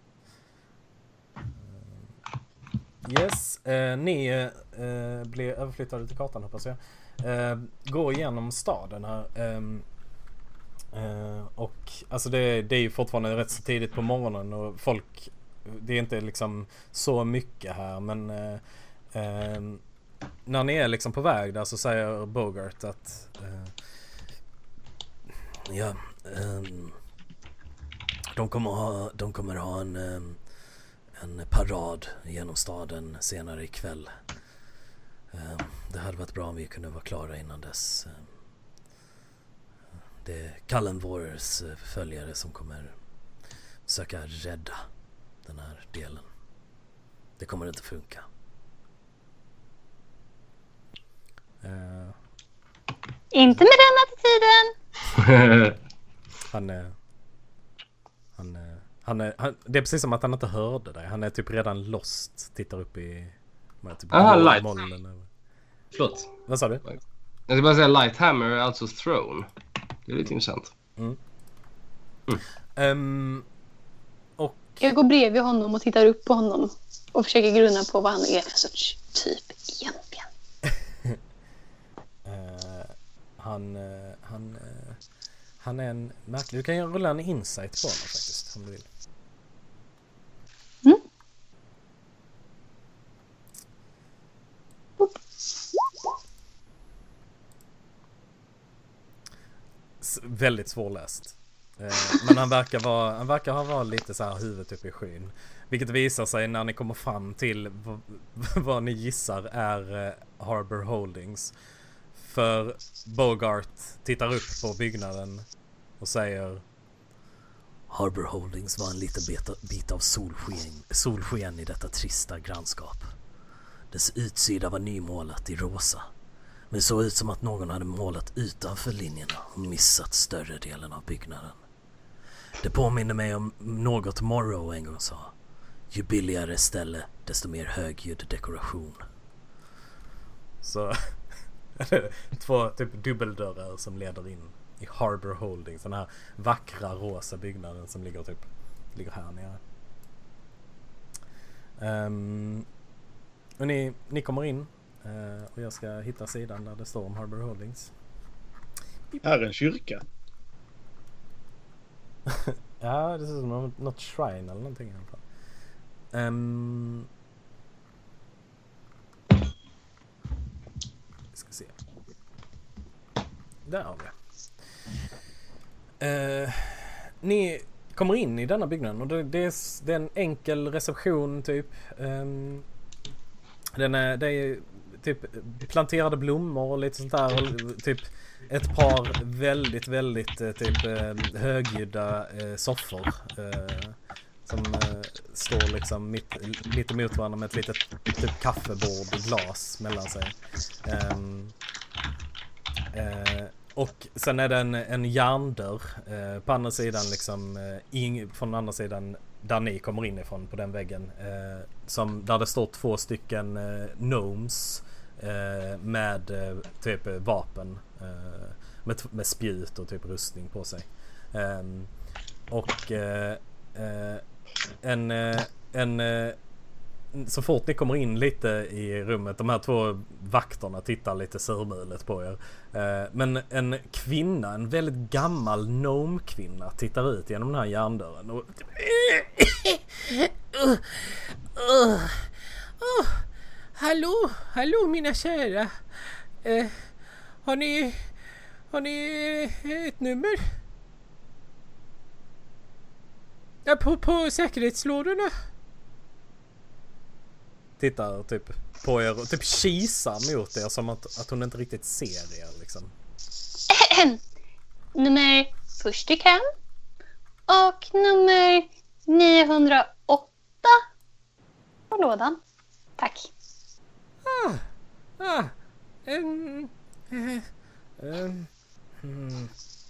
Eh, yes, eh, ni eh, blir överflyttade till kartan, hoppas jag. Eh, går igenom staden här. ehm, eh, och alltså det, det är ju fortfarande rätt så tidigt på morgonen och folk det är inte liksom så mycket här, men eh, eh, när ni är liksom på väg där så säger Bogart att eh, ja, um, de kommer ha de kommer ha en um, en parad genom staden senare ikväll. Um, det hade varit bra om vi kunde vara klara innan dess. Um, det är Kallenvårs följare som kommer söka rädda den här delen. Det kommer inte funka. Uh, Inte med den attityden! han är... Han är... Han är han, det är precis som att han inte hörde dig. Han är typ redan lost. Tittar upp i... Typ Aha, light. molnen. Förlåt. Vad sa du? Jag ska bara säga Lighthammer, alltså throne. Det är lite intressant. Mm. Mm. Um, och... Jag går bredvid honom och tittar upp på honom. Och försöker grunna på vad han är för sorts typ egentligen. uh, han... Uh, han... Uh, han är en märklig... Du kan ju rulla en insight på honom faktiskt, om du vill. Mm. S- väldigt svårläst. Eh, men han verkar vara, han verkar ha varit lite så här huvudet uppe i skyn. Vilket visar sig när ni kommer fram till v- vad ni gissar är eh, Harbor Holdings. För Bogart tittar upp på byggnaden och säger: Harbor Holdings var en liten beta, bit av solsken, solsken i detta trista grannskap. Dess utsida var nymålat i rosa. Men det såg ut som att någon hade målat utanför linjerna och missat större delen av byggnaden. Det påminner mig om något Morrow en gång sa: ju billigare ställe, desto mer högljudd dekoration. Så två typ dubbeldörrar som leder in i Harbor Holdings, den här vackra rosa byggnaden som ligger typ ligger här nere. Um, och ni, ni kommer in uh, och jag ska hitta sidan där det står om Harbor Holdings. Här är en kyrka. Ja, det ser ut som något, något shrine eller någonting i alla fall. Um, vi ska se. Där har vi. Uh, ni kommer in i denna byggnaden och det, det, är, det är en enkel reception typ. Um, den är, det är typ planterade blommor och lite sånt där och typ ett par väldigt väldigt typ högljudda eh, soffor eh, som eh, står liksom mitt, mitt emot varandra med ett litet typ kaffebord och glas mellan sig. Um, eh, och sen är det en, en järndörr eh, på andra sidan liksom eh, in, från andra sidan där ni kommer in ifrån på den väggen eh, som, där det står två stycken eh, gnomes eh, med eh, typ vapen eh, med, med spjut och typ rustning på sig eh, och eh, eh, en, eh, en eh, så fort ni kommer in lite i rummet, de här två vakterna tittar lite surmulet på er. Eh, men en kvinna, en väldigt gammal gnome-kvinna tittar ut genom den här järndörren och uh, uh, uh, hallå, hallå mina kära. Eh, har ni har ni ett nummer? Ja, på, på säkerhetslådorna. Tittar typ på er och typ kisar mot er som att, att hon inte riktigt ser er liksom. Nummer fyrtiofem och nummer niohundraåtta på lådan. Tack. Ah, ah, um, uh, um, hmm,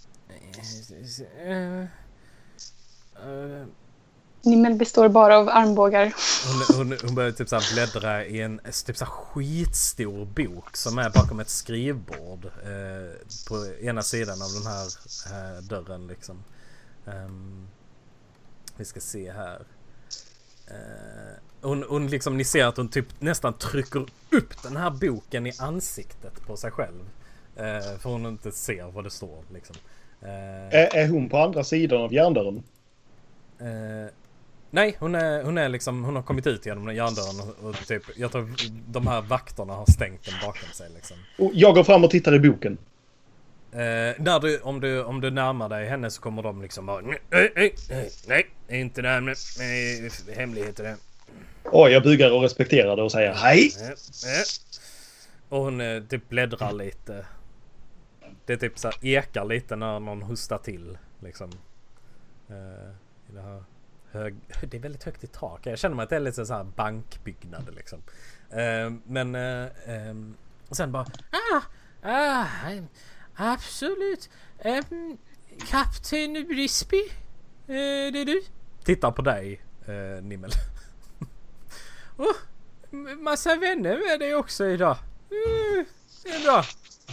uh, uh, Nimmel består bara av armbågar. Hon, hon, hon börjar typ så här bläddra i en typ så här skitstor bok som är bakom ett skrivbord eh, på ena sidan av den här eh, dörren liksom. Um, vi ska se här. Uh, hon, hon liksom, ni ser att hon typ nästan trycker upp den här boken i ansiktet på sig själv. Uh, för hon inte ser vad det står liksom. Uh, Är, är hon på andra sidan av järndörren? Uh, Nej, hon är, hon är liksom, hon har kommit ut genom den järndörren och, och typ, jag tror de här vakterna har stängt den bakom sig liksom. Och jag går fram och tittar i boken. Eh, när du, om, du, om du närmar dig henne så kommer de liksom bara nej, nej, nej, nej, inte närmare, nej, hemligheter det. Åh, jag bugar och respekterar det och säger hej. Nej, nej. Och hon eh, typ bläddrar lite. Det är typ så här, ekar lite när någon hostar till liksom. Eh, i det här hög, det är väldigt högt i tak. Jag känner mig att det är lite så här bankbyggnad liksom. Eh, men eh, eh, och sen bara ah, ah, absolut. Um, Kapten Brisby, eh, det är du. Tittar på dig, eh, Nimmel. Oh, massa vänner med dig också idag. Mm, det är bra.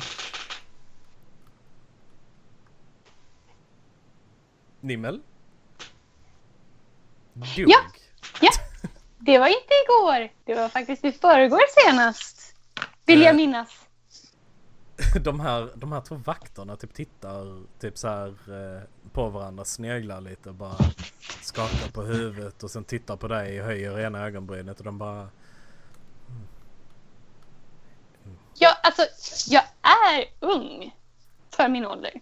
Nimmel? Dug. Ja, ja. Det var inte igår. Det var faktiskt i förrgår senast. Vill jag minnas. De här, de här två vakterna typ tittar typ så här eh, på varandra, sneglar lite och bara skakar på huvudet och sen tittar på dig och höjer ena ögonbrynet och de bara mm. Mm. Ja, alltså jag är ung för min ålder.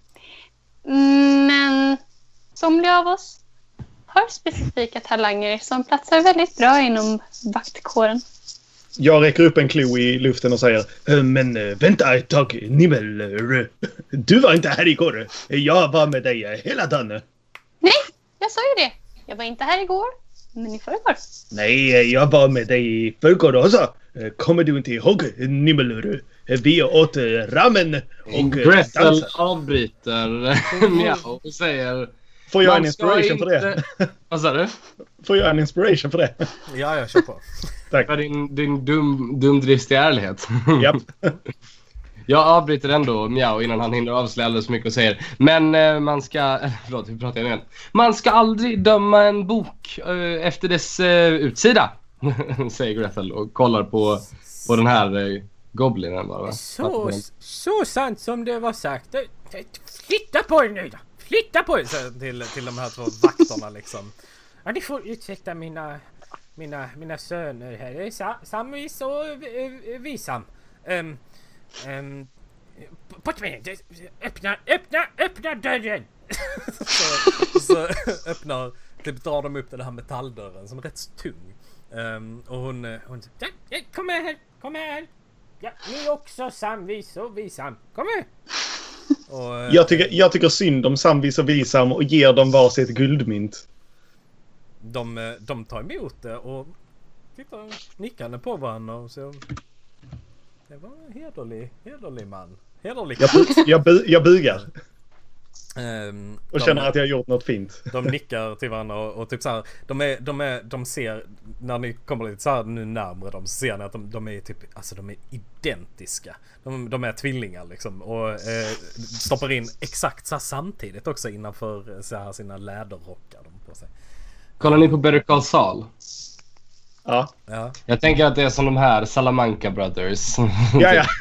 Men somliga av oss har specifika talanger som platsar väldigt bra inom vaktkåren. Jag räcker upp en klo i luften och säger men vänta ett tag, Nimmel. Du var inte här igår. Jag var med dig hela dagen. Nej, jag sa ju det. Jag var inte här igår, men i förrgår. Nej, jag var med dig i förrgår också. Kommer du inte ihåg, Nimmel? Vi åt ramen och Gretel dansade. avbryter Miao och säger... Får jag Man en inspiration ska för det? Vad sa du? Får jag en inspiration för det? Ja, jag kör på. Tack. För din, din dum, dumdristiga ärlighet. Japp. Jag avbryter ändå Miao innan han hinner avslöja alldeles för mycket och säger men eh, man ska, eh, förlåt vi pratar igen. Man ska aldrig döma en bok eh, efter dess eh, utsida, säger Gretel och kollar på, på den här eh, goblinen bara, va? Så, så sant som det var sagt. Flytta på er nu då. Flytta på er till, till de här två vakterna liksom. Ja, ni får ursäkta mina mina mina söner här. Det är Sa, Samvis och uh, Visam. Um, um, Put me in. Öppna, öppna, öppna dörren. så, så öppnar, typ drar de upp den här metalldörren som är rätt så tung. Um, och hon, hon ja, kom här, kom här. Ja, ni också Samvis och Visam. Kom här. Och, Jag tycker, jag tycker synd om Samvis och Visam och ger dem varsitt guldmynt. De, de tar emot det och tittar nickande på varandra och så. Det var en hederlig, hederlig man. Hederlig. Jag, bu- jag, bu- jag bugar. Um, Och de, känner att jag har gjort något fint. De nickar till varandra och, och typ så här, de är, de är, de ser, när ni kommer lite så här nu närmare dem så ser ni att de, de är typ, alltså de är identiska. De, de är tvillingar liksom och eh, stoppar in exakt så här samtidigt också innanför så här sina läderrockar de på sig. Kollar ni på Better Call Saul? Ja. Ja. Jag tänker att det är som de här Salamanca Brothers. Ja, ja.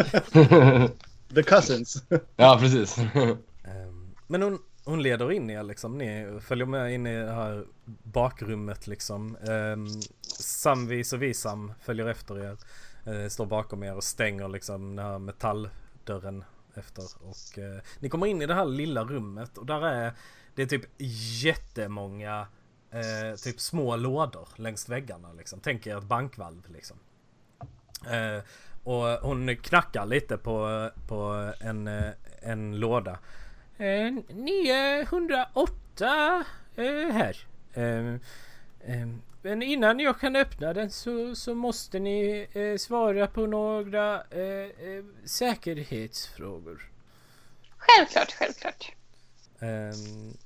The Cousins. Ja, precis. Um, men hon, hon leder in er liksom, ni följer med in i det här bakrummet liksom. Um, Samvis och Visam följer efter er, uh, står bakom er och stänger liksom den här metalldörren efter. Och uh, ni kommer in i det här lilla rummet och där är det är typ jättemånga uh, typ små lådor längs väggarna liksom. Tänk er ett bankvalv liksom. Uh, och hon knackar lite på, på en, en låda. Eh, niohundraåtta eh, här. Eh, eh, men innan jag kan öppna den så, så måste ni eh, svara på några eh, eh, säkerhetsfrågor. Självklart, självklart. Eh,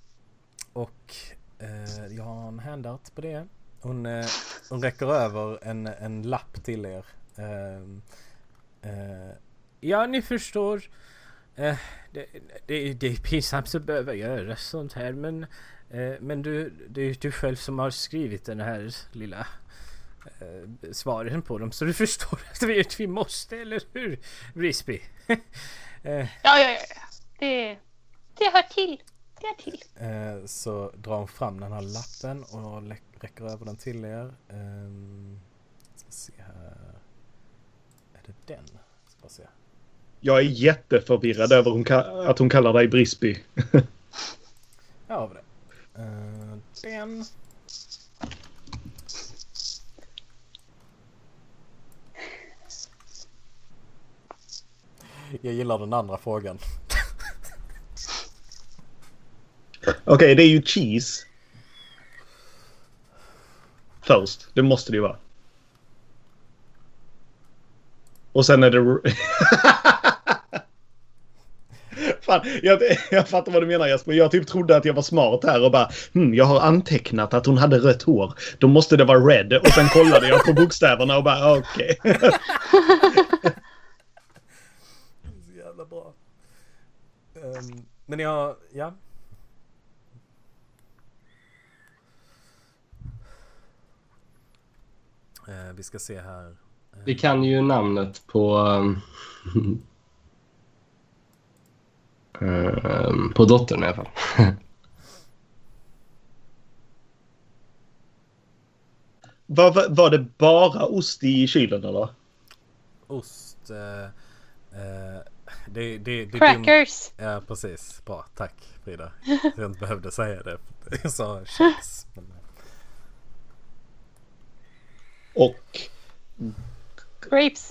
och eh, jag har en handout på det. Hon, eh, hon räcker över en, en lapp till er. Eh, eh, ja, ni förstår. Eh, det, det, det är pinsamt att behöva göra sånt här, men, eh, men du, det är du själv som har skrivit den här lilla eh, svaren på dem, så du förstår att vi, vi måste, eller hur, Brisby? eh, Ja, ja, ja. Det, det hör till. därtill. Eh, så drar hon fram den här lappen och lä- räcker över den till er. Eh, ska se här. Är det den? Ska bara se. Jag är jätteförvirrad över hon ka- att hon kallar dig Brisby. Här har vi det. Eh, den. Jag gillar den andra frågan. Okej, okay, det är ju cheese. Först. Det måste det ju vara. Och sen är det... Fan, jag, jag fattar vad du menar Jesper. Jag typ trodde att jag var smart här och bara hm, jag har antecknat att hon hade rött hår. Då måste det vara red. Och sen kollade jag på bokstäverna och bara okej. Okay. Så jävla bra. Um, men jag, ja. Uh, vi ska se här. Uh, Vi kan ju namnet på um, um, på dottern i alla fall. Var, var, var det bara ost i kylen eller? Ost. Uh, uh, det, det, det, Crackers. Din, ja, precis. Bra. Tack, Frida. Jag inte behövde säga det. Jag sa kex. Men... Och... Grapes.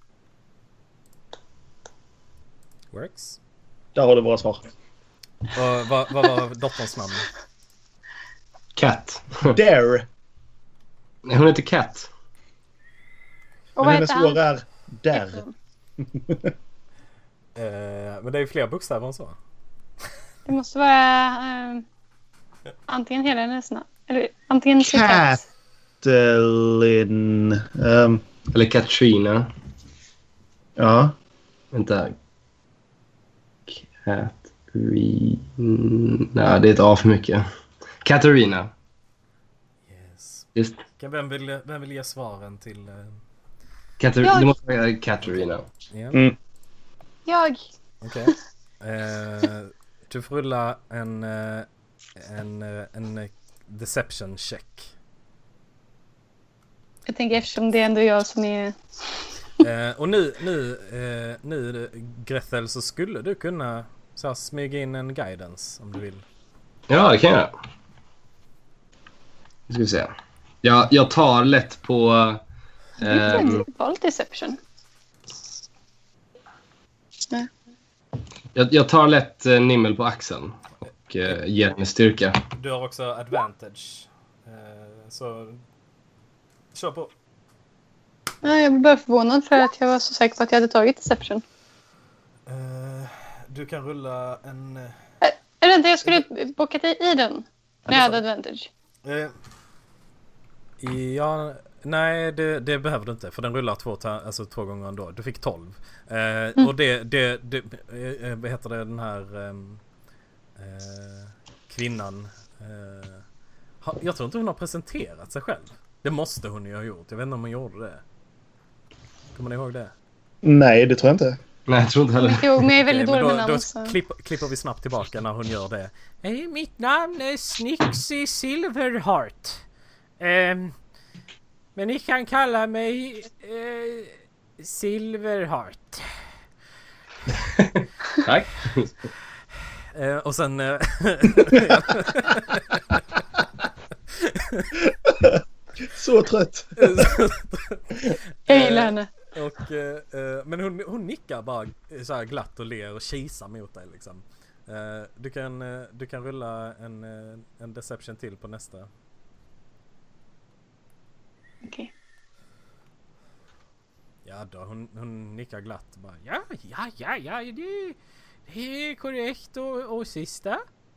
Works. Där har du våra svar. Och vad, vad var dotterns namn? Cat. Dare. Nej, hon heter Cat. Och Men vad hennes heter svar han? är där. Uh, men det är ju fler bokstäver än så. Det måste vara um, antingen hela hennes namn. Eller antingen citat. Katalin. Um, Eller Katrina. ja. Vänta. Katarina. Det är ett A för mycket. Katarina. Yes. Just. Vem vill, vem vill ge svaren till... Uh... Katar- Jag. Det måste vara Katarina. Yeah. Mm. Jag. Okej. Okay. Uh, du får rulla en, uh, en, uh, en deception check. Jag tänker eftersom det är ändå jag som är... Uh, och nu, nu, uh, nu Grethel, så skulle du kunna så här, smyga in en guidance om du vill. Ja, det kan jag. Nu ska vi se. Jag, jag tar lätt på... Um, valt deception. Nej. Jag, jag tar lätt eh, Nimmel på axeln och eh, ger henne styrka. Du har också advantage. Uh, så kör på. Ja, jag blev bara förvånad för att jag var så säker på att jag hade tagit deception. Uh, du kan rulla en... Uh, är det inte jag skulle bockat i, i den? När jag hade advantage. Uh, ja... Nej, det, det behöver du inte. För den rullar två, alltså två gånger ändå. Du fick tolv. Eh, mm. Och det, det, det eh, vad heter det, den här eh, kvinnan. Eh, ha, jag tror inte hon har presenterat sig själv. Det måste hon ju ha gjort. Jag vet inte om hon gjorde det. Kommer ni ihåg det? Nej, det tror jag inte. Nej, jag tror inte heller. Jo, men jag är väldigt Okej, dålig då, med då namn. Så. Klipper, klipper vi snabbt tillbaka när hon gör det. Hey, mitt namn är Snixie Silverheart. Ehm... Um, Men ni kan kalla mig eh, Silverheart. Tack. Eh, och sen... Eh, så trött. Jag gillar henne. Och, eh, men hon, hon nickar bara så här glatt och ler och kisar mot dig liksom. Eh, du, kan, eh, du kan rulla en, en deception till på nästa. Okej. Okay. Ja då, hon, hon nickar glatt bara. Ja, ja, ja, ja, det, det är korrekt. Och, och sista?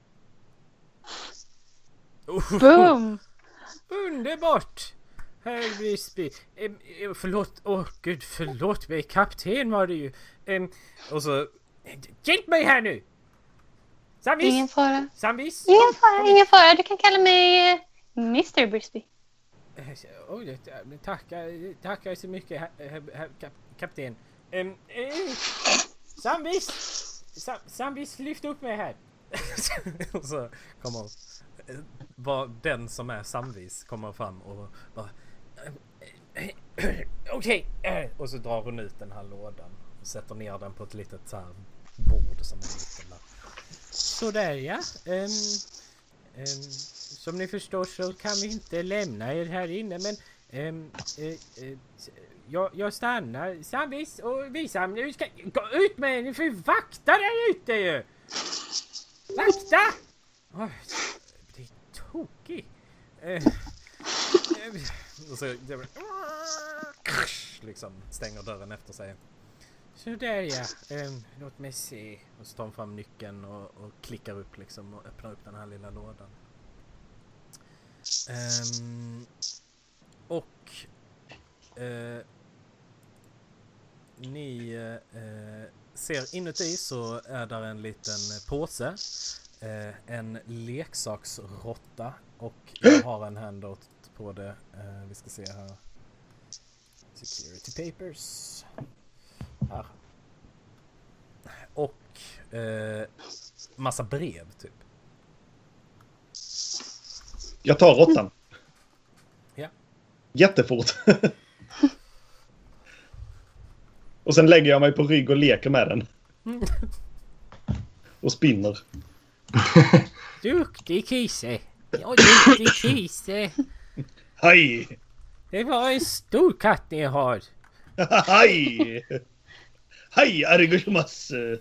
Oh, Boom! Underbart! Herr Brisby. Eh, eh, förlåt, åh oh, gud, förlåt mig. Kapten var det ju. Eh, och så, hjälp mig här nu! Samvis! Ingen fara. Samvis! Ingen fara, ingen fara. Du kan kalla mig uh, mister Brisby. Oj, tackar, tackar så mycket, herr, herr kap, kapten. Um, eh, Samvis! Sam, Samvis, lyft upp mig här. Och så kommer var den som är samvis kommer fram och bara okej, okay. Och så drar hon ut den här lådan och sätter ner den på ett litet så här bord som är liten där. Sådär ja. Um, um, som ni förstår så kan vi inte lämna er här inne, men um, uh, uh, jag, jag stannar samvis och vi samlar. Vi ska gå ut med er, ni får vakta där ute ju. Vakta! Oh, det är tokigt. Uh, och så liksom stänger dörren efter sig. Så där ja, um, låt mig se. Och så tar fram nyckeln och, och klickar upp liksom och öppnar upp den här lilla lådan. Um, och uh, ni uh, ser inuti så är där en liten påse. Uh, en leksaksrotta. Och jag har en handout på det. Uh, vi ska se här. Security papers. Här. Och eh, massa brev typ. Jag tar råttan. Ja. Jättefort. Och sen lägger jag mig på rygg och leker med den. Och spinner. Duktig kisse. Ja, duktig kisse. Hej! Det var en stor katt ni har. Hej! Hej, arigashimasu!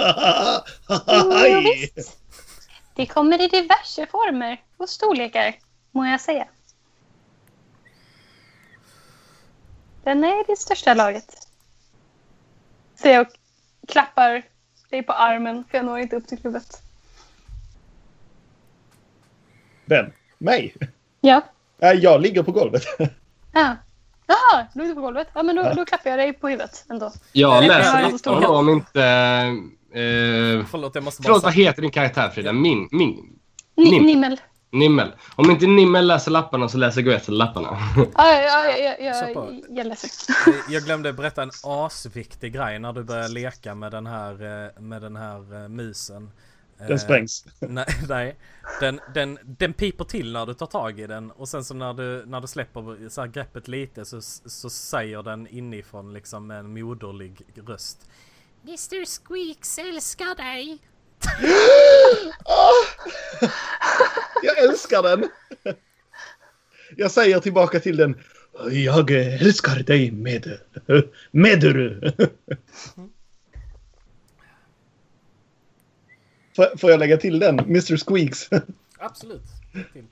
Ja, visst. Det kommer i diverse former och storlekar, må jag säga. Den är i det största laget. Så jag klappar dig på armen, för jag når inte upp till huvudet. Vem? Mig? Ja. Jag ligger på golvet. Ja. Jaha, du är på golvet. Ja, men då, ja. då klappar jag dig på huvudet ändå. Jag läser lite om, om inte... Eh, förlåt, jag måste bara förlåt, vad heter din karaktär, Frida? Min, min, Nim. Nimmel. Nimmel. Om inte Nimmel läser lapparna så läser Gretel lapparna. Ja, ja, ja, ja, jag, jag läser. Jag glömde berätta en asviktig grej när du börjar leka med den här, med den här musen. Den sprängs. Eh, nej, nej. Den, den, den piper till när du tar tag i den. Och sen så när du, när du släpper så här greppet lite så, så säger den inifrån liksom med en moderlig röst: mister Squeaks älskar dig. Jag älskar den. Jag säger tillbaka till den: jag älskar dig med med du. Får jag lägga till den? mister Squeaks. Absolut. Till.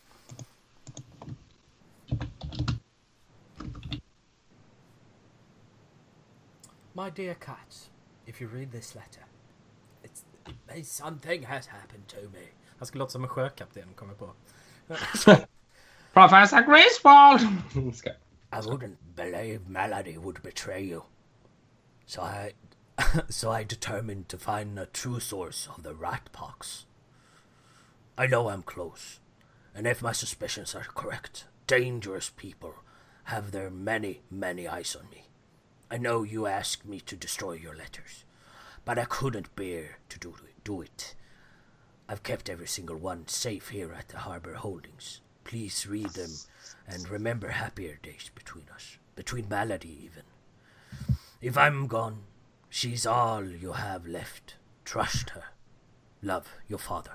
My dear cat, if you read this letter, it's, it, something has happened to me. Han skulle låta som en sjökapten, kommer på. Professor Griswold! I wouldn't believe Melody would betray you. So I... So I determined to find a true source of the rat pox. I know I'm close, and if my suspicions are correct, dangerous people have their many, many eyes on me. I know you asked me to destroy your letters, but I couldn't bear to do, do it. I've kept every single one safe here at the Harbor Holdings. Please read them and remember happier days between us, between Melody even. If I'm gone, she's all you have left. Trust her. Love, your father.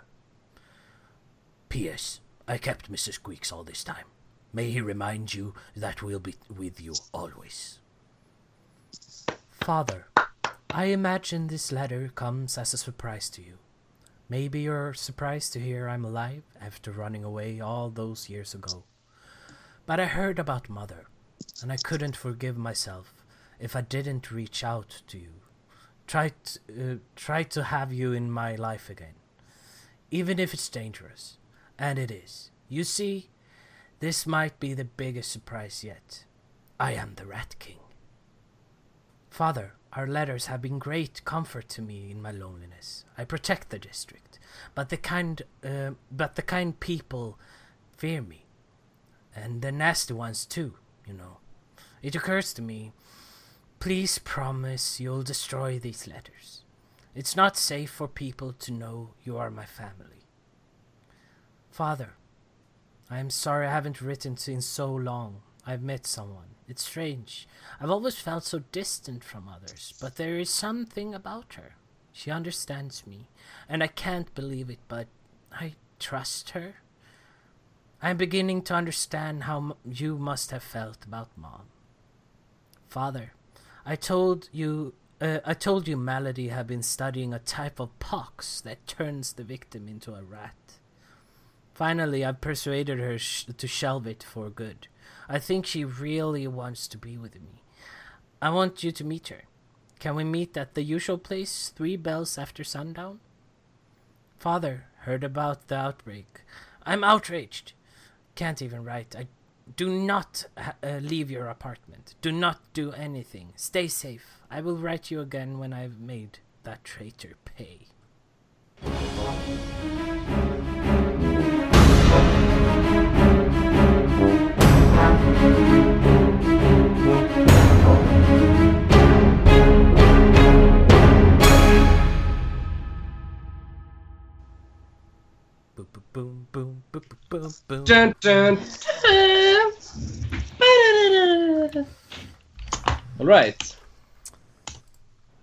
P S. I kept Mister Squeaks all this time. May he remind you that we'll be with you always. Father, I imagine this letter comes as a surprise to you. Maybe you're surprised to hear I'm alive after running away all those years ago. But I heard about Mother, and I couldn't forgive myself if I didn't reach out to you. Try to, uh, try to have you in my life again. Even if it's dangerous. And it is. You see, this might be the biggest surprise yet. I am the Rat King. Father, our letters have been great comfort to me in my loneliness. I protect the district, but the kind, uh, but the kind people fear me. And the nasty ones too, you know. It occurs to me, please promise you'll destroy these letters. It's not safe for people to know you are my family. Father, I am sorry I haven't written to you in so long. I've met someone. It's strange. I've always felt so distant from others, but there is something about her. She understands me, and I can't believe it, but I trust her. I'm beginning to understand how m- you must have felt about Mom. Father, I told you uh, I told you Melody had been studying a type of pox that turns the victim into a rat. Finally, I've persuaded her sh- to shelve it for good. I think she really wants to be with me. I want you to meet her. Can we meet at the usual place, three bells after sundown? Father, heard about the outbreak. I'm outraged. Can't even write. I do not ha- uh, leave your apartment. Do not do anything. Stay safe. I will write you again when I've made that traitor pay. Boom, boom, boom, boom, boom, boom, boom. Dun, dun, dun. All right.